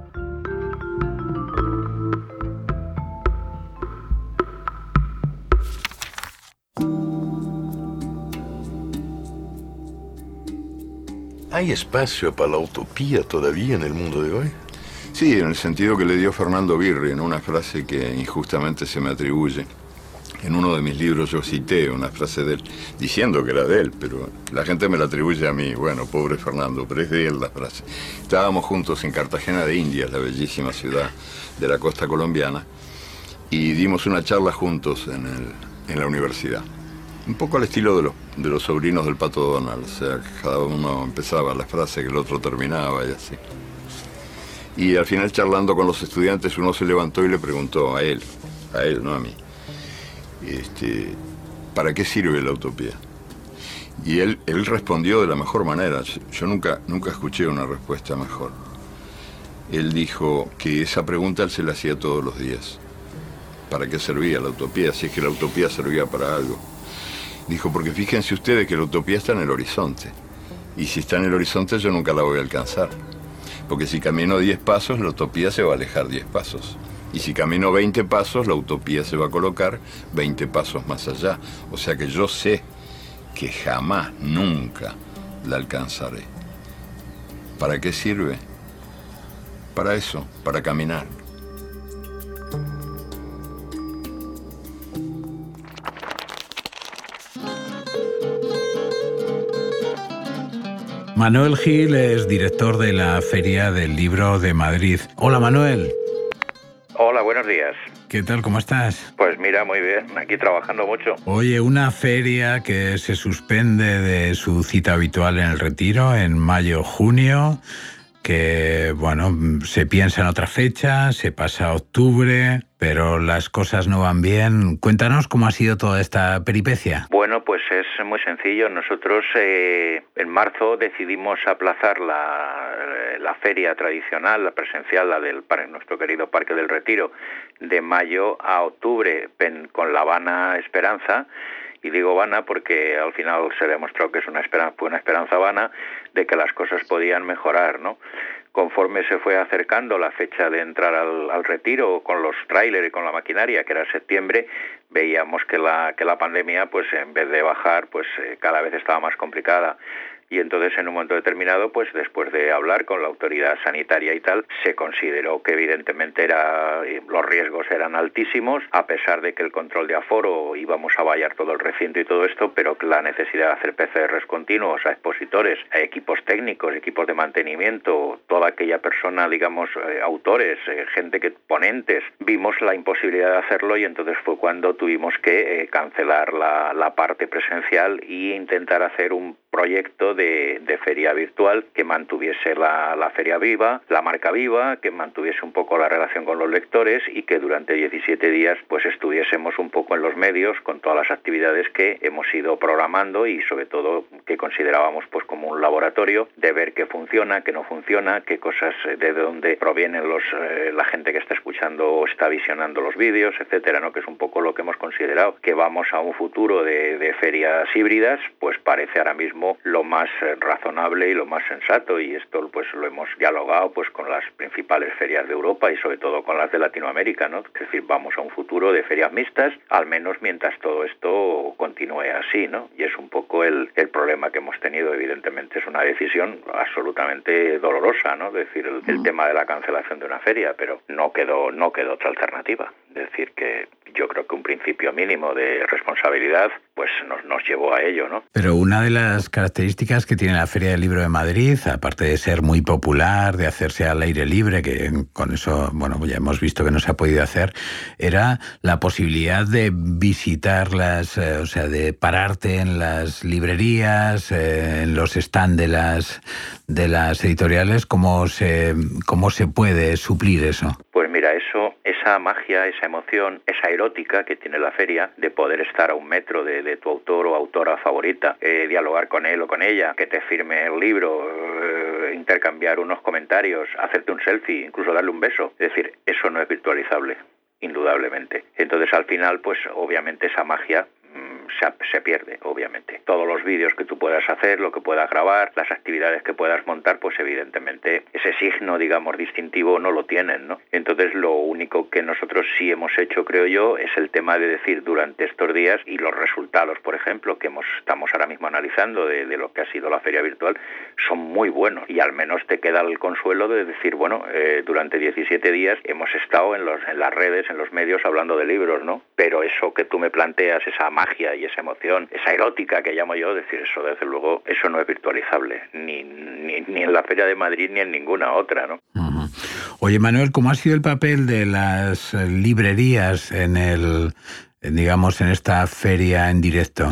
¿Hay espacio para la utopía todavía en el mundo de hoy? Sí, en el sentido que le dio Fernando Birri en una frase que injustamente se me atribuye. En uno de mis libros yo cité una frase de él, diciendo que era de él, pero la gente me la atribuye a mí. Bueno, pobre Fernando, pero es de él la frase. Estábamos juntos en Cartagena de Indias, la bellísima ciudad de la costa colombiana, y dimos una charla juntos en, el, en la universidad. Un poco al estilo de los, de los sobrinos del Pato Donald, o sea, cada uno empezaba la frase que el otro terminaba y así. Y al final, charlando con los estudiantes, uno se levantó y le preguntó a él, a él, no a mí, este, ¿para qué sirve la utopía? Y él, él respondió de la mejor manera. Yo nunca, nunca escuché una respuesta mejor. Él dijo que esa pregunta él se la hacía todos los días. ¿Para qué servía la utopía? Si es que la utopía servía para algo. Dijo, porque fíjense ustedes que la utopía está en el horizonte. Y si está en el horizonte yo nunca la voy a alcanzar. Porque si camino diez pasos, la utopía se va a alejar diez pasos. Y si camino veinte pasos, la utopía se va a colocar veinte pasos más allá. O sea que yo sé que jamás, nunca la alcanzaré. ¿Para qué sirve? Para eso, para caminar. Manuel Gil es director de la Feria del Libro de Madrid. Hola, Manuel. Hola, buenos días. ¿Qué tal? ¿Cómo estás? Pues mira, muy bien, aquí trabajando mucho. Oye, una feria que se suspende de su cita habitual en el Retiro en mayo-junio, que, bueno, se piensa en otra fecha, se pasa a octubre, pero las cosas no van bien. Cuéntanos cómo ha sido toda esta peripecia. Bueno, pues es muy sencillo. Nosotros eh, en marzo decidimos aplazar la, la feria tradicional, la presencial, la del nuestro querido Parque del Retiro, de mayo a octubre, con la vana esperanza. Y digo vana porque al final se demostró que es una esperanza, una esperanza vana de que las cosas podían mejorar, ¿no? Conforme se fue acercando la fecha de entrar al, al retiro con los tráileres y con la maquinaria, que era septiembre, veíamos que la que la pandemia, pues en vez de bajar, pues eh, cada vez estaba más complicada. Y entonces, en un momento determinado, pues después de hablar con la autoridad sanitaria y tal, se consideró que evidentemente era, los riesgos eran altísimos, a pesar de que el control de aforo íbamos a vallar todo el recinto y todo esto, pero que la necesidad de hacer P C Rs continuos a expositores, a equipos técnicos, equipos de mantenimiento, toda aquella persona, digamos, eh, autores, eh, gente que ponentes, vimos la imposibilidad de hacerlo y entonces fue cuando tuvimos que eh, cancelar la, la parte presencial e intentar hacer un proyecto de, de feria virtual que mantuviese la, la feria viva, la marca viva, que mantuviese un poco la relación con los lectores y que durante diecisiete días pues estuviésemos un poco en los medios con todas las actividades que hemos ido programando y sobre todo que considerábamos pues como un laboratorio de ver qué funciona, qué no funciona, qué cosas, de dónde provienen los eh, la gente que está escuchando o está visionando los vídeos, etcétera, ¿no? Que es un poco lo que hemos considerado, que vamos a un futuro de, de ferias híbridas, pues parece ahora mismo lo más razonable y lo más sensato, y esto pues lo hemos dialogado pues con las principales ferias de Europa y sobre todo con las de Latinoamérica, ¿no? Es decir, vamos a un futuro de ferias mixtas, al menos mientras todo esto continúe así, ¿no? Y es un poco el, el problema que hemos tenido. Evidentemente es una decisión absolutamente dolorosa, ¿no? Es decir, el, el tema de la cancelación de una feria, pero no quedó, no quedó otra alternativa. Es decir, que yo creo que un principio mínimo de responsabilidad pues nos, nos llevó a ello, ¿no? Pero una de las características que tiene la Feria del Libro de Madrid, aparte de ser muy popular, de hacerse al aire libre, que con eso, bueno, ya hemos visto que no se ha podido hacer, era la posibilidad de visitar las, eh, o sea, de pararte en las librerías, eh, en los stands de las de las editoriales. ¿Cómo se cómo se puede suplir eso? Pues mira, eso, esa magia, esa emoción, esa erótica que tiene la feria de poder estar a un metro de, de tu autor o autora favorita, eh, dialogar con él o con ella, que te firme el libro, eh, intercambiar unos comentarios, hacerte un selfie, incluso darle un beso. Es decir, eso no es virtualizable, indudablemente. Entonces, al final, pues obviamente esa magia Se, se pierde, obviamente. Todos los vídeos que tú puedas hacer, lo que puedas grabar, las actividades que puedas montar, pues evidentemente ese signo, digamos, distintivo no lo tienen, ¿no? Entonces lo único que nosotros sí hemos hecho, creo yo, es el tema de decir durante estos días, y los resultados, por ejemplo, que hemos, estamos ahora mismo analizando de, de lo que ha sido la feria virtual, son muy buenos, y al menos te queda el consuelo de decir, bueno, eh, durante diecisiete días hemos estado en, los, en las redes, en los medios, hablando de libros, ¿no? Pero eso que tú me planteas, esa magia y esa emoción, esa erótica que llamo yo, decir, eso desde luego, eso no es virtualizable, ni, ni, ni en la Feria de Madrid ni en ninguna otra, ¿no? Uh-huh. Oye, Manuel, ¿cómo ha sido el papel de las librerías en el, digamos, en esta feria en directo?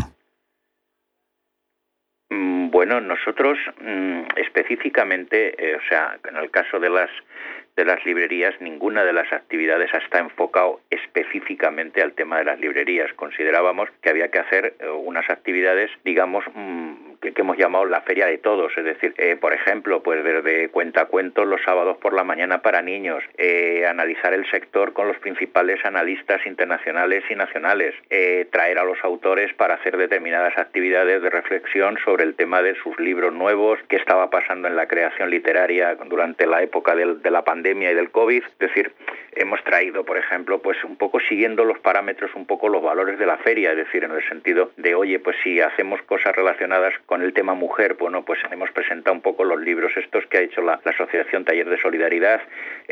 Bueno, nosotros mmm, específicamente, eh, o sea, en el caso de las de las librerías, ninguna de las actividades está enfocado específicamente al tema de las librerías. Considerábamos que había que hacer eh, unas actividades, digamos, mmm, que, que hemos llamado la feria de todos, es decir, eh, por ejemplo, pues desde cuentacuentos los sábados por la mañana para niños, eh, analizar el sector con los principales analistas internacionales y nacionales, eh, traer a los autores para hacer determinadas actividades de reflexión sobre el tema de sus libros nuevos, qué estaba pasando en la creación literaria durante la época de, de la pandemia y del COVID. Es decir, hemos traído, por ejemplo, pues un poco siguiendo los parámetros, un poco los valores de la feria, es decir, en el sentido de, oye, pues si hacemos cosas relacionadas con el tema mujer, bueno, pues hemos presentado un poco los libros estos que ha hecho la, la Asociación Taller de Solidaridad,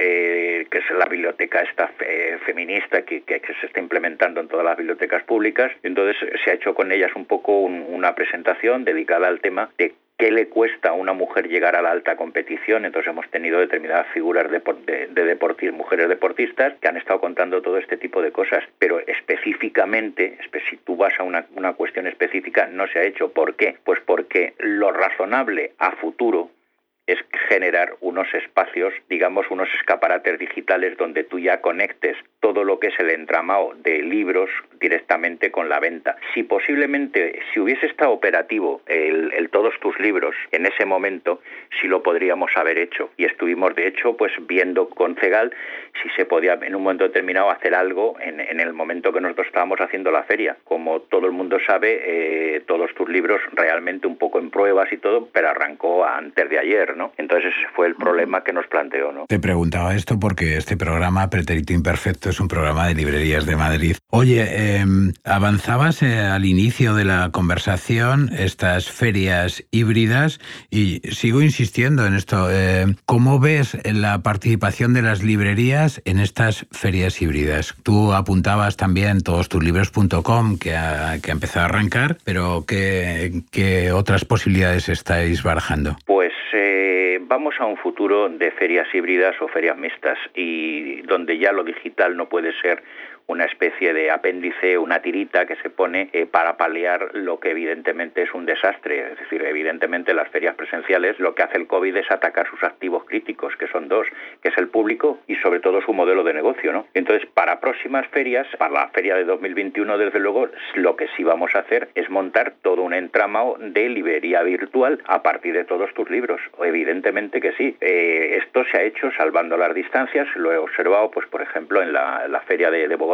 eh, que es la biblioteca esta eh, feminista que, que, que se está implementando en todas las bibliotecas públicas. Entonces se ha hecho con ellas un poco un, una presentación dedicada al tema de qué le cuesta a una mujer llegar a la alta competición. Entonces hemos tenido determinadas figuras de, de, de deportistas, mujeres deportistas, que han estado contando todo este tipo de cosas, pero específicamente, si tú vas a una, una cuestión específica, no se ha hecho. ¿Por qué? Pues porque lo razonable a futuro es generar unos espacios, digamos, unos escaparates digitales donde tú ya conectes todo lo que es el entramado de libros directamente con la venta. Si posiblemente, si hubiese estado operativo el, el todos tus libros en ese momento, sí lo podríamos haber hecho. Y estuvimos, de hecho, pues viendo con Cegal si se podía en un momento determinado hacer algo en, en el momento que nosotros estábamos haciendo la feria. Como todo el mundo sabe, eh, todos tus libros realmente un poco en pruebas y todo, pero arrancó antes de ayer, ¿no? Entonces ese fue el problema que nos planteó, ¿no? Te preguntaba esto porque este programa, Pretérito Imperfecto, es un programa de librerías de Madrid. Oye, eh, avanzabas eh, al inicio de la conversación estas ferias híbridas y sigo insistiendo en esto. Eh, ¿Cómo ves la participación de las librerías en estas ferias híbridas? Tú apuntabas también todos tus libros punto com que ha, que ha empezado a arrancar, pero ¿qué, qué otras posibilidades estáis barajando? Pues eh, vamos a un futuro de ferias híbridas o ferias mixtas y donde ya lo digital no puede ser una especie de apéndice, una tirita que se pone eh, para paliar lo que evidentemente es un desastre. Es decir, evidentemente las ferias presenciales lo que hace el COVID es atacar sus activos críticos, que son dos, que es el público y sobre todo su modelo de negocio, ¿no? Entonces, para próximas ferias, para la feria de dos mil veintiuno, desde luego, lo que sí vamos a hacer es montar todo un entramado de librería virtual a partir de todos tus libros. Evidentemente que sí. Eh, esto se ha hecho salvando las distancias, lo he observado, pues por ejemplo, en la, la feria de, de Bogotá,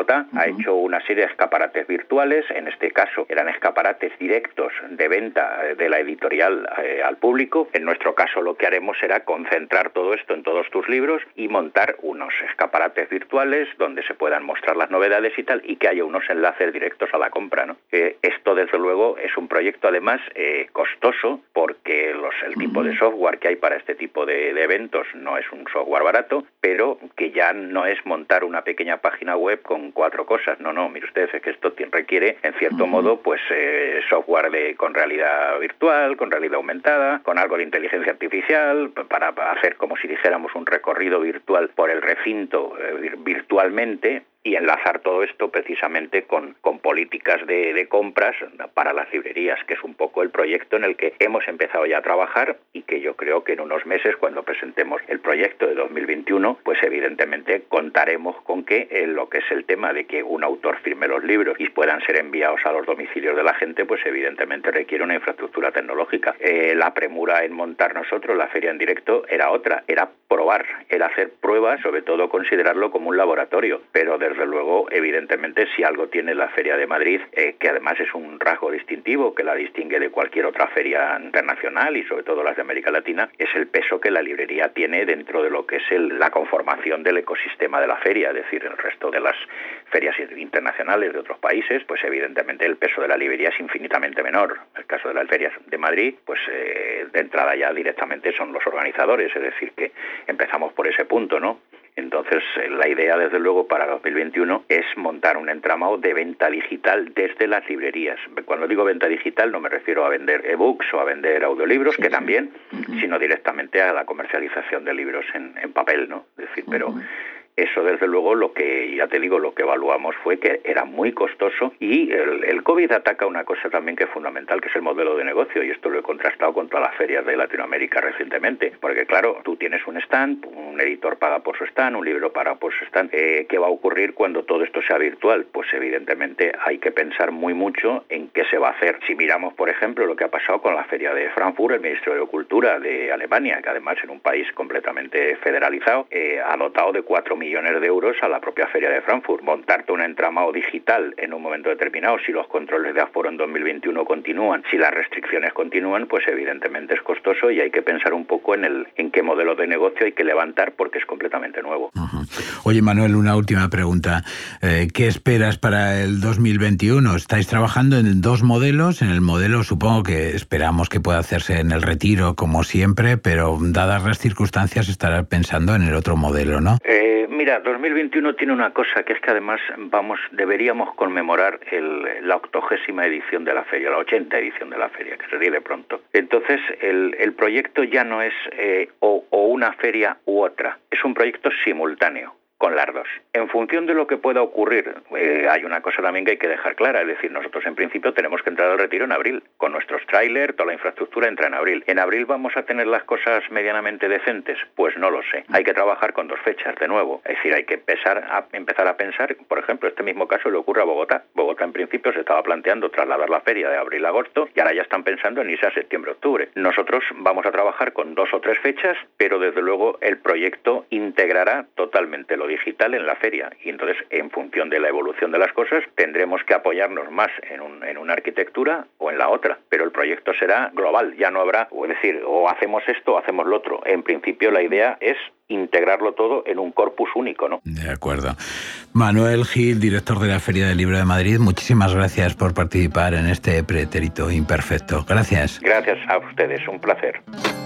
Bogotá, uh-huh. ha hecho una serie de escaparates virtuales, en este caso eran escaparates directos de venta de la editorial eh, al público. En nuestro caso lo que haremos será concentrar todo esto en todos tus libros y montar unos escaparates virtuales donde se puedan mostrar las novedades y tal, y que haya unos enlaces directos a la compra, ¿no? Eh, esto desde luego es un proyecto además eh, costoso, porque los, el tipo de software que hay para este tipo de, de eventos no es un software barato, pero que ya no es montar una pequeña página web con cuatro cosas. No, no, mire usted, es que esto requiere en cierto uh-huh. modo pues eh, software de, con realidad virtual, con realidad aumentada, con algo de inteligencia artificial, para, para hacer como si dijéramos un recorrido virtual por el recinto eh, virtualmente, y enlazar todo esto precisamente con, con políticas de, de compras para las librerías, que es un poco el proyecto en el que hemos empezado ya a trabajar, y que yo creo que en unos meses, cuando presentemos el proyecto de dos mil veintiuno, pues evidentemente contaremos con que en lo que es el tema de que un autor firme los libros y puedan ser enviados a los domicilios de la gente, pues evidentemente requiere una infraestructura tecnológica. Eh, la premura en montar nosotros la feria en directo era otra, era probar, era hacer pruebas, sobre todo considerarlo como un laboratorio, pero desde luego, evidentemente, si algo tiene la Feria de Madrid, eh, que además es un rasgo distintivo que la distingue de cualquier otra feria internacional y sobre todo las de América Latina, es el peso que la librería tiene dentro de lo que es el, la conformación del ecosistema de la feria. Es decir, el resto de las ferias internacionales de otros países, pues evidentemente el peso de la librería es infinitamente menor. En el caso de las ferias de Madrid, pues eh, de entrada ya directamente son los organizadores, es decir, que empezamos por ese punto, ¿no? Entonces, la idea, desde luego, para dos mil veintiuno es montar un entramado de venta digital desde las librerías. Cuando digo venta digital no me refiero a vender ebooks o a vender audiolibros, sí, que sí. también, uh-huh. sino directamente a la comercialización de libros en, en papel, ¿no? Es decir, uh-huh. pero eso, desde luego, lo que, ya te digo, lo que evaluamos fue que era muy costoso, y el, el COVID ataca una cosa también que es fundamental, que es el modelo de negocio, y esto lo he contrastado con todas las ferias de Latinoamérica recientemente, porque claro, tú tienes un stand, un editor paga por su stand, un libro paga por su stand. Eh, ¿Qué va a ocurrir cuando todo esto sea virtual? Pues evidentemente hay que pensar muy mucho en qué se va a hacer. Si miramos, por ejemplo, lo que ha pasado con la feria de Frankfurt, el Ministerio de Cultura de Alemania, que además en un país completamente federalizado, eh, ha dotado de cuatro millones de euros a la propia feria de Frankfurt. Montarte un entramado digital en un momento determinado, si los controles de aforo en dos mil veintiuno continúan, si las restricciones continúan, pues evidentemente es costoso, y hay que pensar un poco en el en qué modelo de negocio hay que levantar, porque es completamente nuevo. Uh-huh. Oye, Manuel, una última pregunta. Eh, ¿Qué esperas para el dos mil veintiuno? ¿Estáis trabajando en dos modelos? En el modelo, supongo que esperamos que pueda hacerse en el Retiro, como siempre, pero dadas las circunstancias estarás pensando en el otro modelo, ¿no? Eh, mira, dos mil veintiuno tiene una cosa, que es que además vamos deberíamos conmemorar el, la octogésima edición de la feria, la ochenta edición de la feria, que sería de pronto. Entonces, el, el proyecto ya no es eh, o, o una feria u otra, es un proyecto simultáneo con las dos. En función de lo que pueda ocurrir, eh, hay una cosa también que hay que dejar clara, es decir, nosotros en principio tenemos que entrar al Retiro en abril, con nuestros trailers, toda la infraestructura entra en abril. ¿En abril vamos a tener las cosas medianamente decentes? Pues no lo sé. Hay que trabajar con dos fechas de nuevo, es decir, hay que empezar a, empezar a pensar, por ejemplo, este mismo caso le ocurre a Bogotá. Bogotá en principio se estaba planteando trasladar la feria de abril a agosto, y ahora ya están pensando en irse a septiembre-octubre. Nosotros vamos a trabajar con dos o tres fechas, pero desde luego el proyecto integrará totalmente lo digital en la feria, y entonces en función de la evolución de las cosas tendremos que apoyarnos más en, un, en una arquitectura o en la otra, pero el proyecto será global, ya no habrá, es decir, o hacemos esto o hacemos lo otro. En principio la idea es integrarlo todo en un corpus único, ¿no? De acuerdo. Manuel Gil, director de la Feria del Libro de Madrid, muchísimas gracias por participar en este pretérito imperfecto. Gracias. Gracias a ustedes, un placer.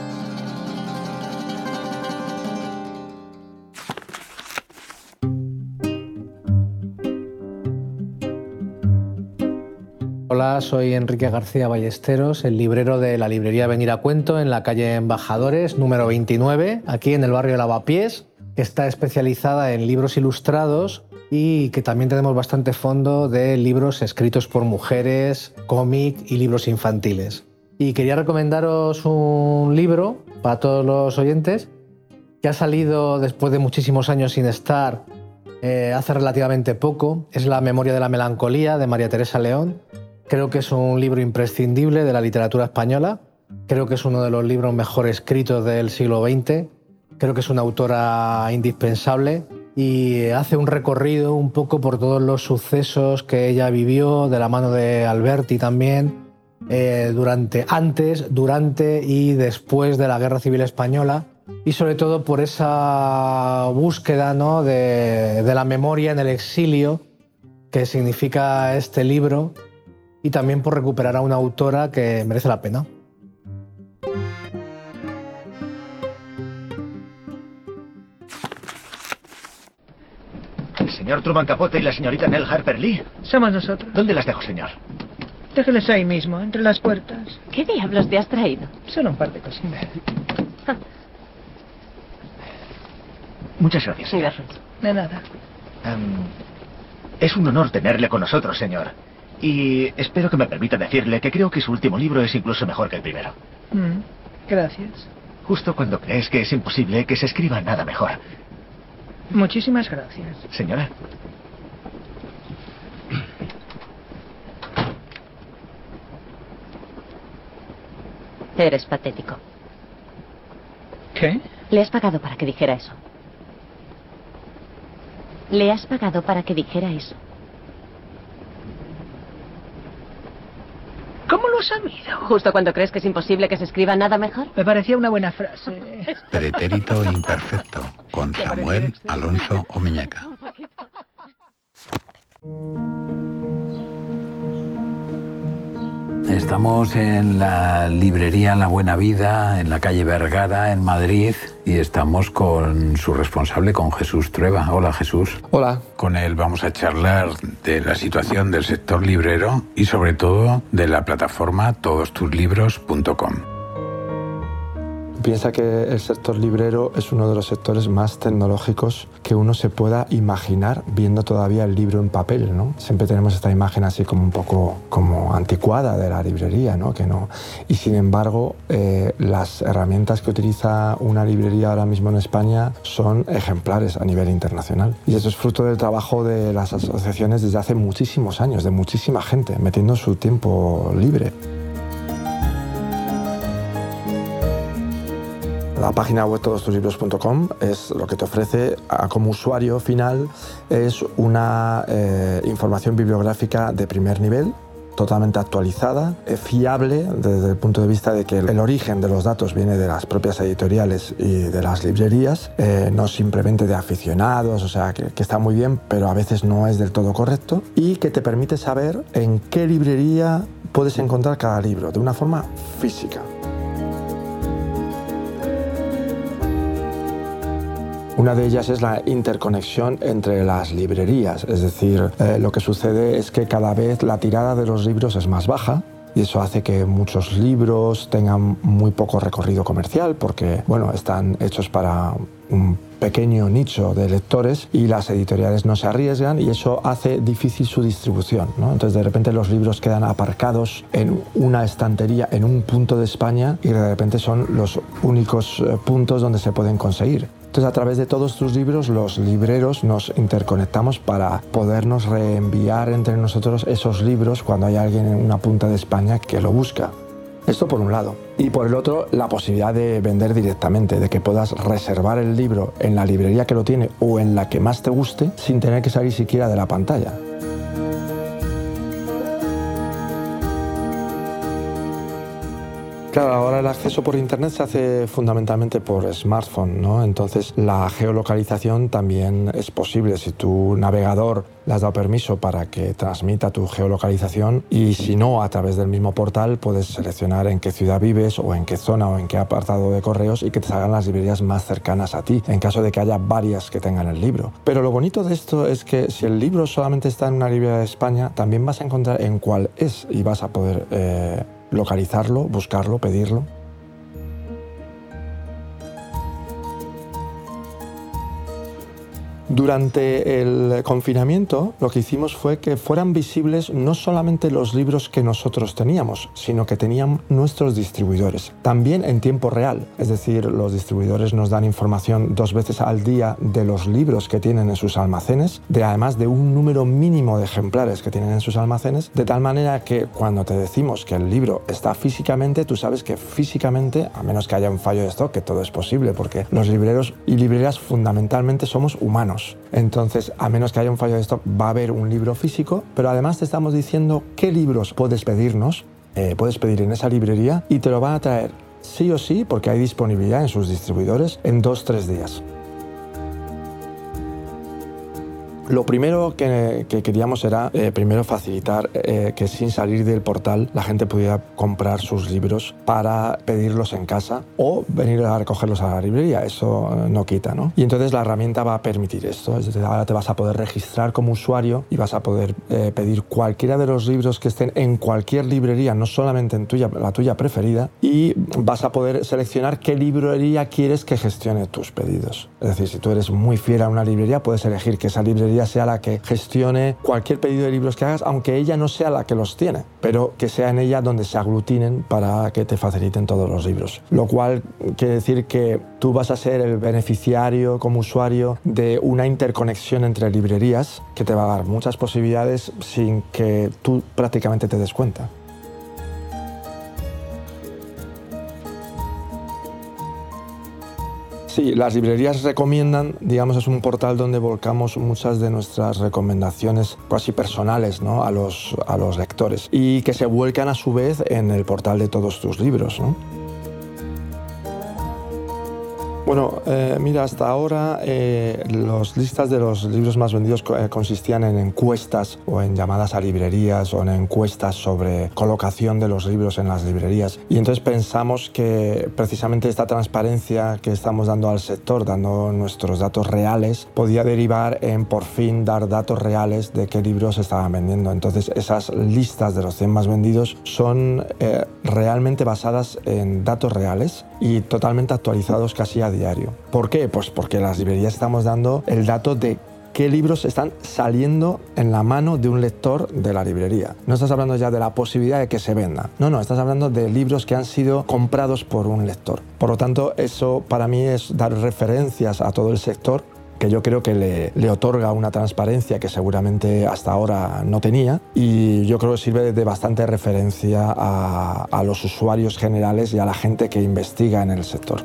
Hola, soy Enrique García Ballesteros, el librero de la librería Venir a Cuento en la calle Embajadores, número veintinueve, aquí en el barrio de Lavapiés, que está especializada en libros ilustrados y que también tenemos bastante fondo de libros escritos por mujeres, cómic y libros infantiles. Y quería recomendaros un libro para todos los oyentes que ha salido después de muchísimos años sin estar, eh, hace relativamente poco. Es La memoria de la melancolía, de María Teresa León. Creo que es un libro imprescindible de la literatura española. Creo que es uno de los libros mejor escritos del siglo veinte. Creo que es una autora indispensable y hace un recorrido un poco por todos los sucesos que ella vivió, de la mano de Alberti también, eh, durante, antes, durante y después de la Guerra Civil Española, y sobre todo por esa búsqueda, ¿no?, de, de la memoria en el exilio que significa este libro, y también por recuperar a una autora que merece la pena. ¿El señor Truman Capote y la señorita Nell Harper Lee? Somos nosotros. ¿Dónde las dejo, señor? Déjeles ahí mismo, entre las puertas. ¿Qué diablos te has traído? Solo un par de cositas. Muchas gracias, señor. Gracias. De nada. Um, es un honor tenerle con nosotros, señor. Y espero que me permita decirle que creo que su último libro es incluso mejor que el primero. Mm, gracias. Justo cuando crees que es imposible que se escriba nada mejor. Muchísimas gracias. Señora. Eres patético. ¿Qué? Le has pagado para que dijera eso. Le has pagado para que dijera eso. ¿Cómo lo has sabido? Justo cuando crees que es imposible que se escriba nada mejor. Me parecía una buena frase. Pretérito imperfecto, con Samuel Alonso Omeñaca. Estamos en la librería La Buena Vida, en la calle Vergara, en Madrid, y estamos con su responsable, con Jesús Trueba. Hola, Jesús. Hola. Con él vamos a charlar de la situación del sector librero y sobre todo de la plataforma todos tus libros punto com. Piensa que el sector librero es uno de los sectores más tecnológicos que uno se pueda imaginar viendo todavía el libro en papel, ¿no? Siempre tenemos esta imagen así como un poco como anticuada de la librería, ¿no? Que no. Y sin embargo, eh, las herramientas que utiliza una librería ahora mismo en España son ejemplares a nivel internacional. Y eso es fruto del trabajo de las asociaciones desde hace muchísimos años, de muchísima gente, metiendo su tiempo libre. La página web todos tus libros punto com es lo que te ofrece a, como usuario final, es una eh, información bibliográfica de primer nivel, totalmente actualizada, eh, fiable desde el punto de vista de que el, el origen de los datos viene de las propias editoriales y de las librerías, eh, no simplemente de aficionados, o sea, que, que está muy bien, pero a veces no es del todo correcto, y que te permite saber en qué librería puedes encontrar cada libro, de una forma física. Una de ellas es la interconexión entre las librerías, es decir, eh, lo que sucede es que cada vez la tirada de los libros es más baja y eso hace que muchos libros tengan muy poco recorrido comercial porque, bueno, están hechos para un pequeño nicho de lectores y las editoriales no se arriesgan y eso hace difícil su distribución, ¿no? Entonces de repente los libros quedan aparcados en una estantería en un punto de España y de repente son los únicos puntos donde se pueden conseguir. Entonces, a través de todos tus libros, los libreros nos interconectamos para podernos reenviar entre nosotros esos libros cuando hay alguien en una punta de España que lo busca. Esto por un lado. Y por el otro, la posibilidad de vender directamente, de que puedas reservar el libro en la librería que lo tiene o en la que más te guste sin tener que salir siquiera de la pantalla. Claro, ahora el acceso por internet se hace fundamentalmente por smartphone, ¿no? Entonces la geolocalización también es posible. Si tu navegador le has dado permiso para que transmita tu geolocalización y si no, a través del mismo portal puedes seleccionar en qué ciudad vives o en qué zona o en qué apartado de correos y que te salgan las librerías más cercanas a ti, en caso de que haya varias que tengan el libro. Pero lo bonito de esto es que si el libro solamente está en una librería de España, también vas a encontrar en cuál es y vas a poder eh, localizarlo, buscarlo, pedirlo. Durante el confinamiento lo que hicimos fue que fueran visibles no solamente los libros que nosotros teníamos, sino que tenían nuestros distribuidores, también en tiempo real. Es decir, los distribuidores nos dan información dos veces al día de los libros que tienen en sus almacenes, de además de un número mínimo de ejemplares que tienen en sus almacenes, de tal manera que cuando te decimos que el libro está físicamente, tú sabes que físicamente, a menos que haya un fallo de stock, que todo es posible, porque los libreros y librerías fundamentalmente somos humanos. menos. Entonces, a menos que haya un fallo de stock, va a haber un libro físico, pero además te estamos diciendo qué libros puedes pedirnos, eh, puedes pedir en esa librería y te lo van a traer sí o sí, porque hay disponibilidad en sus distribuidores, en dos o tres días. Lo primero que, que queríamos era, eh, primero, facilitar eh, que sin salir del portal la gente pudiera comprar sus libros para pedirlos en casa o venir a recogerlos a la librería. Eso no quita, ¿no? Y entonces la herramienta va a permitir esto. Es decir, ahora te vas a poder registrar como usuario y vas a poder eh, pedir cualquiera de los libros que estén en cualquier librería, no solamente en tuya, la tuya preferida, y vas a poder seleccionar qué librería quieres que gestione tus pedidos. Es decir, si tú eres muy fiel a una librería, puedes elegir que esa librería sea la que gestione cualquier pedido de libros que hagas, aunque ella no sea la que los tiene, pero que sea en ella donde se aglutinen para que te faciliten todos los libros. Lo cual quiere decir que tú vas a ser el beneficiario como usuario de una interconexión entre librerías que te va a dar muchas posibilidades sin que tú prácticamente te des cuenta. Sí, las librerías recomiendan, digamos, es un portal donde volcamos muchas de nuestras recomendaciones casi personales, ¿no?, a los, a los lectores, y que se vuelcan a su vez en el portal de todos tus libros, ¿no? Bueno, eh, mira, hasta ahora eh, las listas de los libros más vendidos eh, consistían en encuestas o en llamadas a librerías o en encuestas sobre colocación de los libros en las librerías. Y entonces pensamos que precisamente esta transparencia que estamos dando al sector, dando nuestros datos reales, podía derivar en por fin dar datos reales de qué libros se estaban vendiendo. Entonces esas listas de los cien más vendidos son eh, realmente basadas en datos reales y totalmente actualizados casi a diario. ¿Por qué? Pues porque las librerías estamos dando el dato de qué libros están saliendo en la mano de un lector de la librería. No estás hablando ya de la posibilidad de que se venda. No, no, estás hablando de libros que han sido comprados por un lector. Por lo tanto, eso para mí es dar referencias a todo el sector, que yo creo que le, le otorga una transparencia que seguramente hasta ahora no tenía, y yo creo que sirve de bastante referencia a, a los usuarios generales y a la gente que investiga en el sector.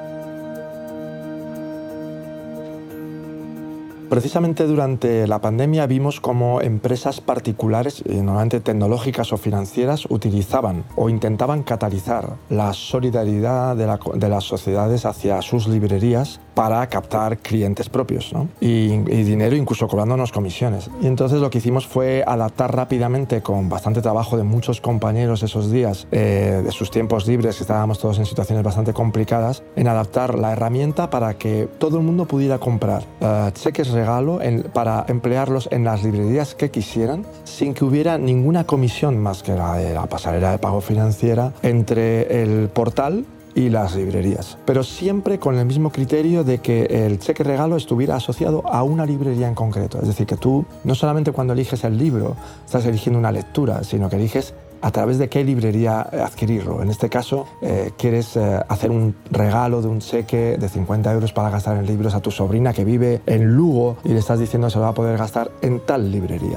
Precisamente durante la pandemia vimos cómo empresas particulares, normalmente tecnológicas o financieras, utilizaban o intentaban catalizar la solidaridad de, la, de las sociedades hacia sus librerías para captar clientes propios, ¿no? y, y dinero, incluso cobrándonos comisiones. Y entonces lo que hicimos fue adaptar rápidamente, con bastante trabajo de muchos compañeros esos días, eh, de sus tiempos libres, que estábamos todos en situaciones bastante complicadas, en adaptar la herramienta para que todo el mundo pudiera comprar uh, cheques regalo en, para emplearlos en las librerías que quisieran, sin que hubiera ninguna comisión más que la de la pasarela de pago financiera entre el portal y las librerías, pero siempre con el mismo criterio de que el cheque regalo estuviera asociado a una librería en concreto. Es decir, que tú no solamente cuando eliges el libro estás eligiendo una lectura, sino que eliges a través de qué librería adquirirlo. En este caso, eh, quieres eh, hacer un regalo de un cheque de cincuenta euros para gastar en libros a tu sobrina que vive en Lugo y le estás diciendo que se lo va a poder gastar en tal librería.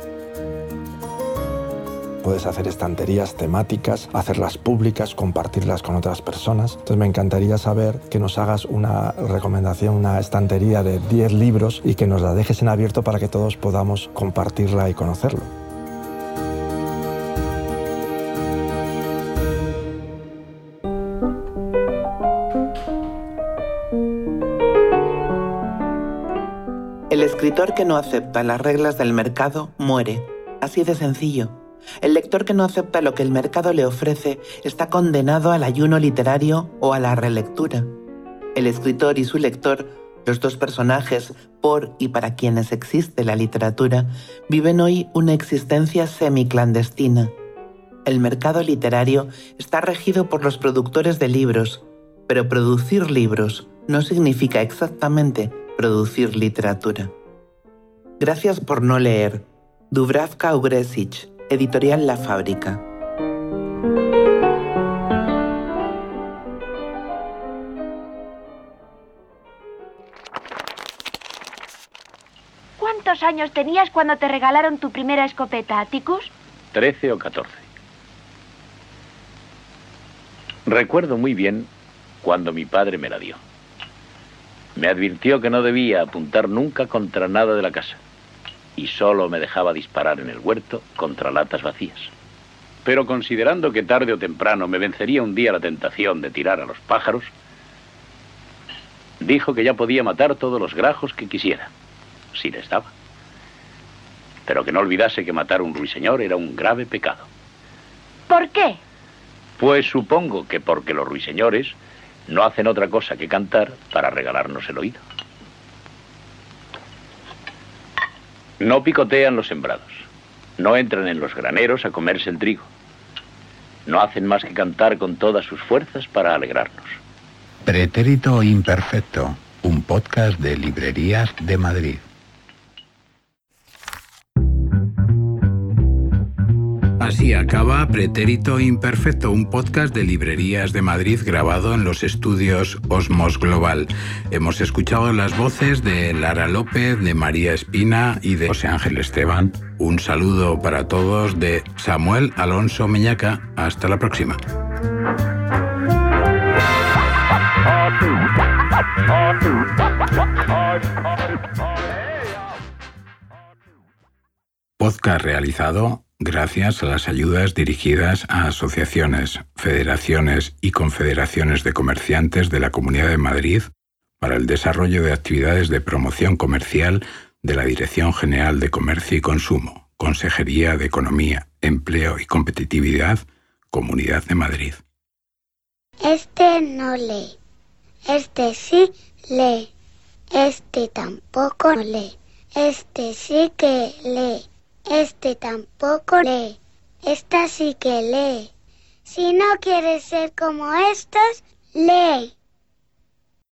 Puedes hacer estanterías temáticas, hacerlas públicas, compartirlas con otras personas. Entonces me encantaría saber que nos hagas una recomendación, una estantería de diez libros y que nos la dejes en abierto para que todos podamos compartirla y conocerlo. El escritor que no acepta las reglas del mercado muere. Así de sencillo. El lector que no acepta lo que el mercado le ofrece está condenado al ayuno literario o a la relectura. El escritor y su lector, los dos personajes por y para quienes existe la literatura, viven hoy una existencia semiclandestina. El mercado literario está regido por los productores de libros, pero producir libros no significa exactamente producir literatura. Gracias por no leer. Dubravka Ugresic, Editorial La Fábrica. ¿Cuántos años tenías cuando te regalaron tu primera escopeta, Atticus? Trece o catorce. Recuerdo muy bien cuando mi padre me la dio. Me advirtió que no debía apuntar nunca contra nada de la casa y solo me dejaba disparar en el huerto contra latas vacías. Pero considerando que tarde o temprano me vencería un día la tentación de tirar a los pájaros, dijo que ya podía matar todos los grajos que quisiera, si les daba. Pero que no olvidase que matar un ruiseñor era un grave pecado. ¿Por qué? Pues supongo que porque los ruiseñores no hacen otra cosa que cantar para regalarnos el oído. No picotean los sembrados, no entran en los graneros a comerse el trigo. No hacen más que cantar con todas sus fuerzas para alegrarnos. Pretérito Imperfecto, un podcast de Librerías de Madrid. Así acaba Pretérito Imperfecto, un podcast de Librerías de Madrid grabado en los estudios Osmos Global. Hemos escuchado las voces de Lara López, de María Espina y de José Ángel Esteban. Un saludo para todos de Samuel Alonso Meñaca. Hasta la próxima. Podcast realizado gracias a las ayudas dirigidas a asociaciones, federaciones y confederaciones de comerciantes de la Comunidad de Madrid para el desarrollo de actividades de promoción comercial de la Dirección General de Comercio y Consumo, Consejería de Economía, Empleo y Competitividad, Comunidad de Madrid. Este no lee. Este sí lee. Este tampoco lee. Este sí que lee. Este tampoco lee. Esta sí que lee. Si no quieres ser como estos, lee.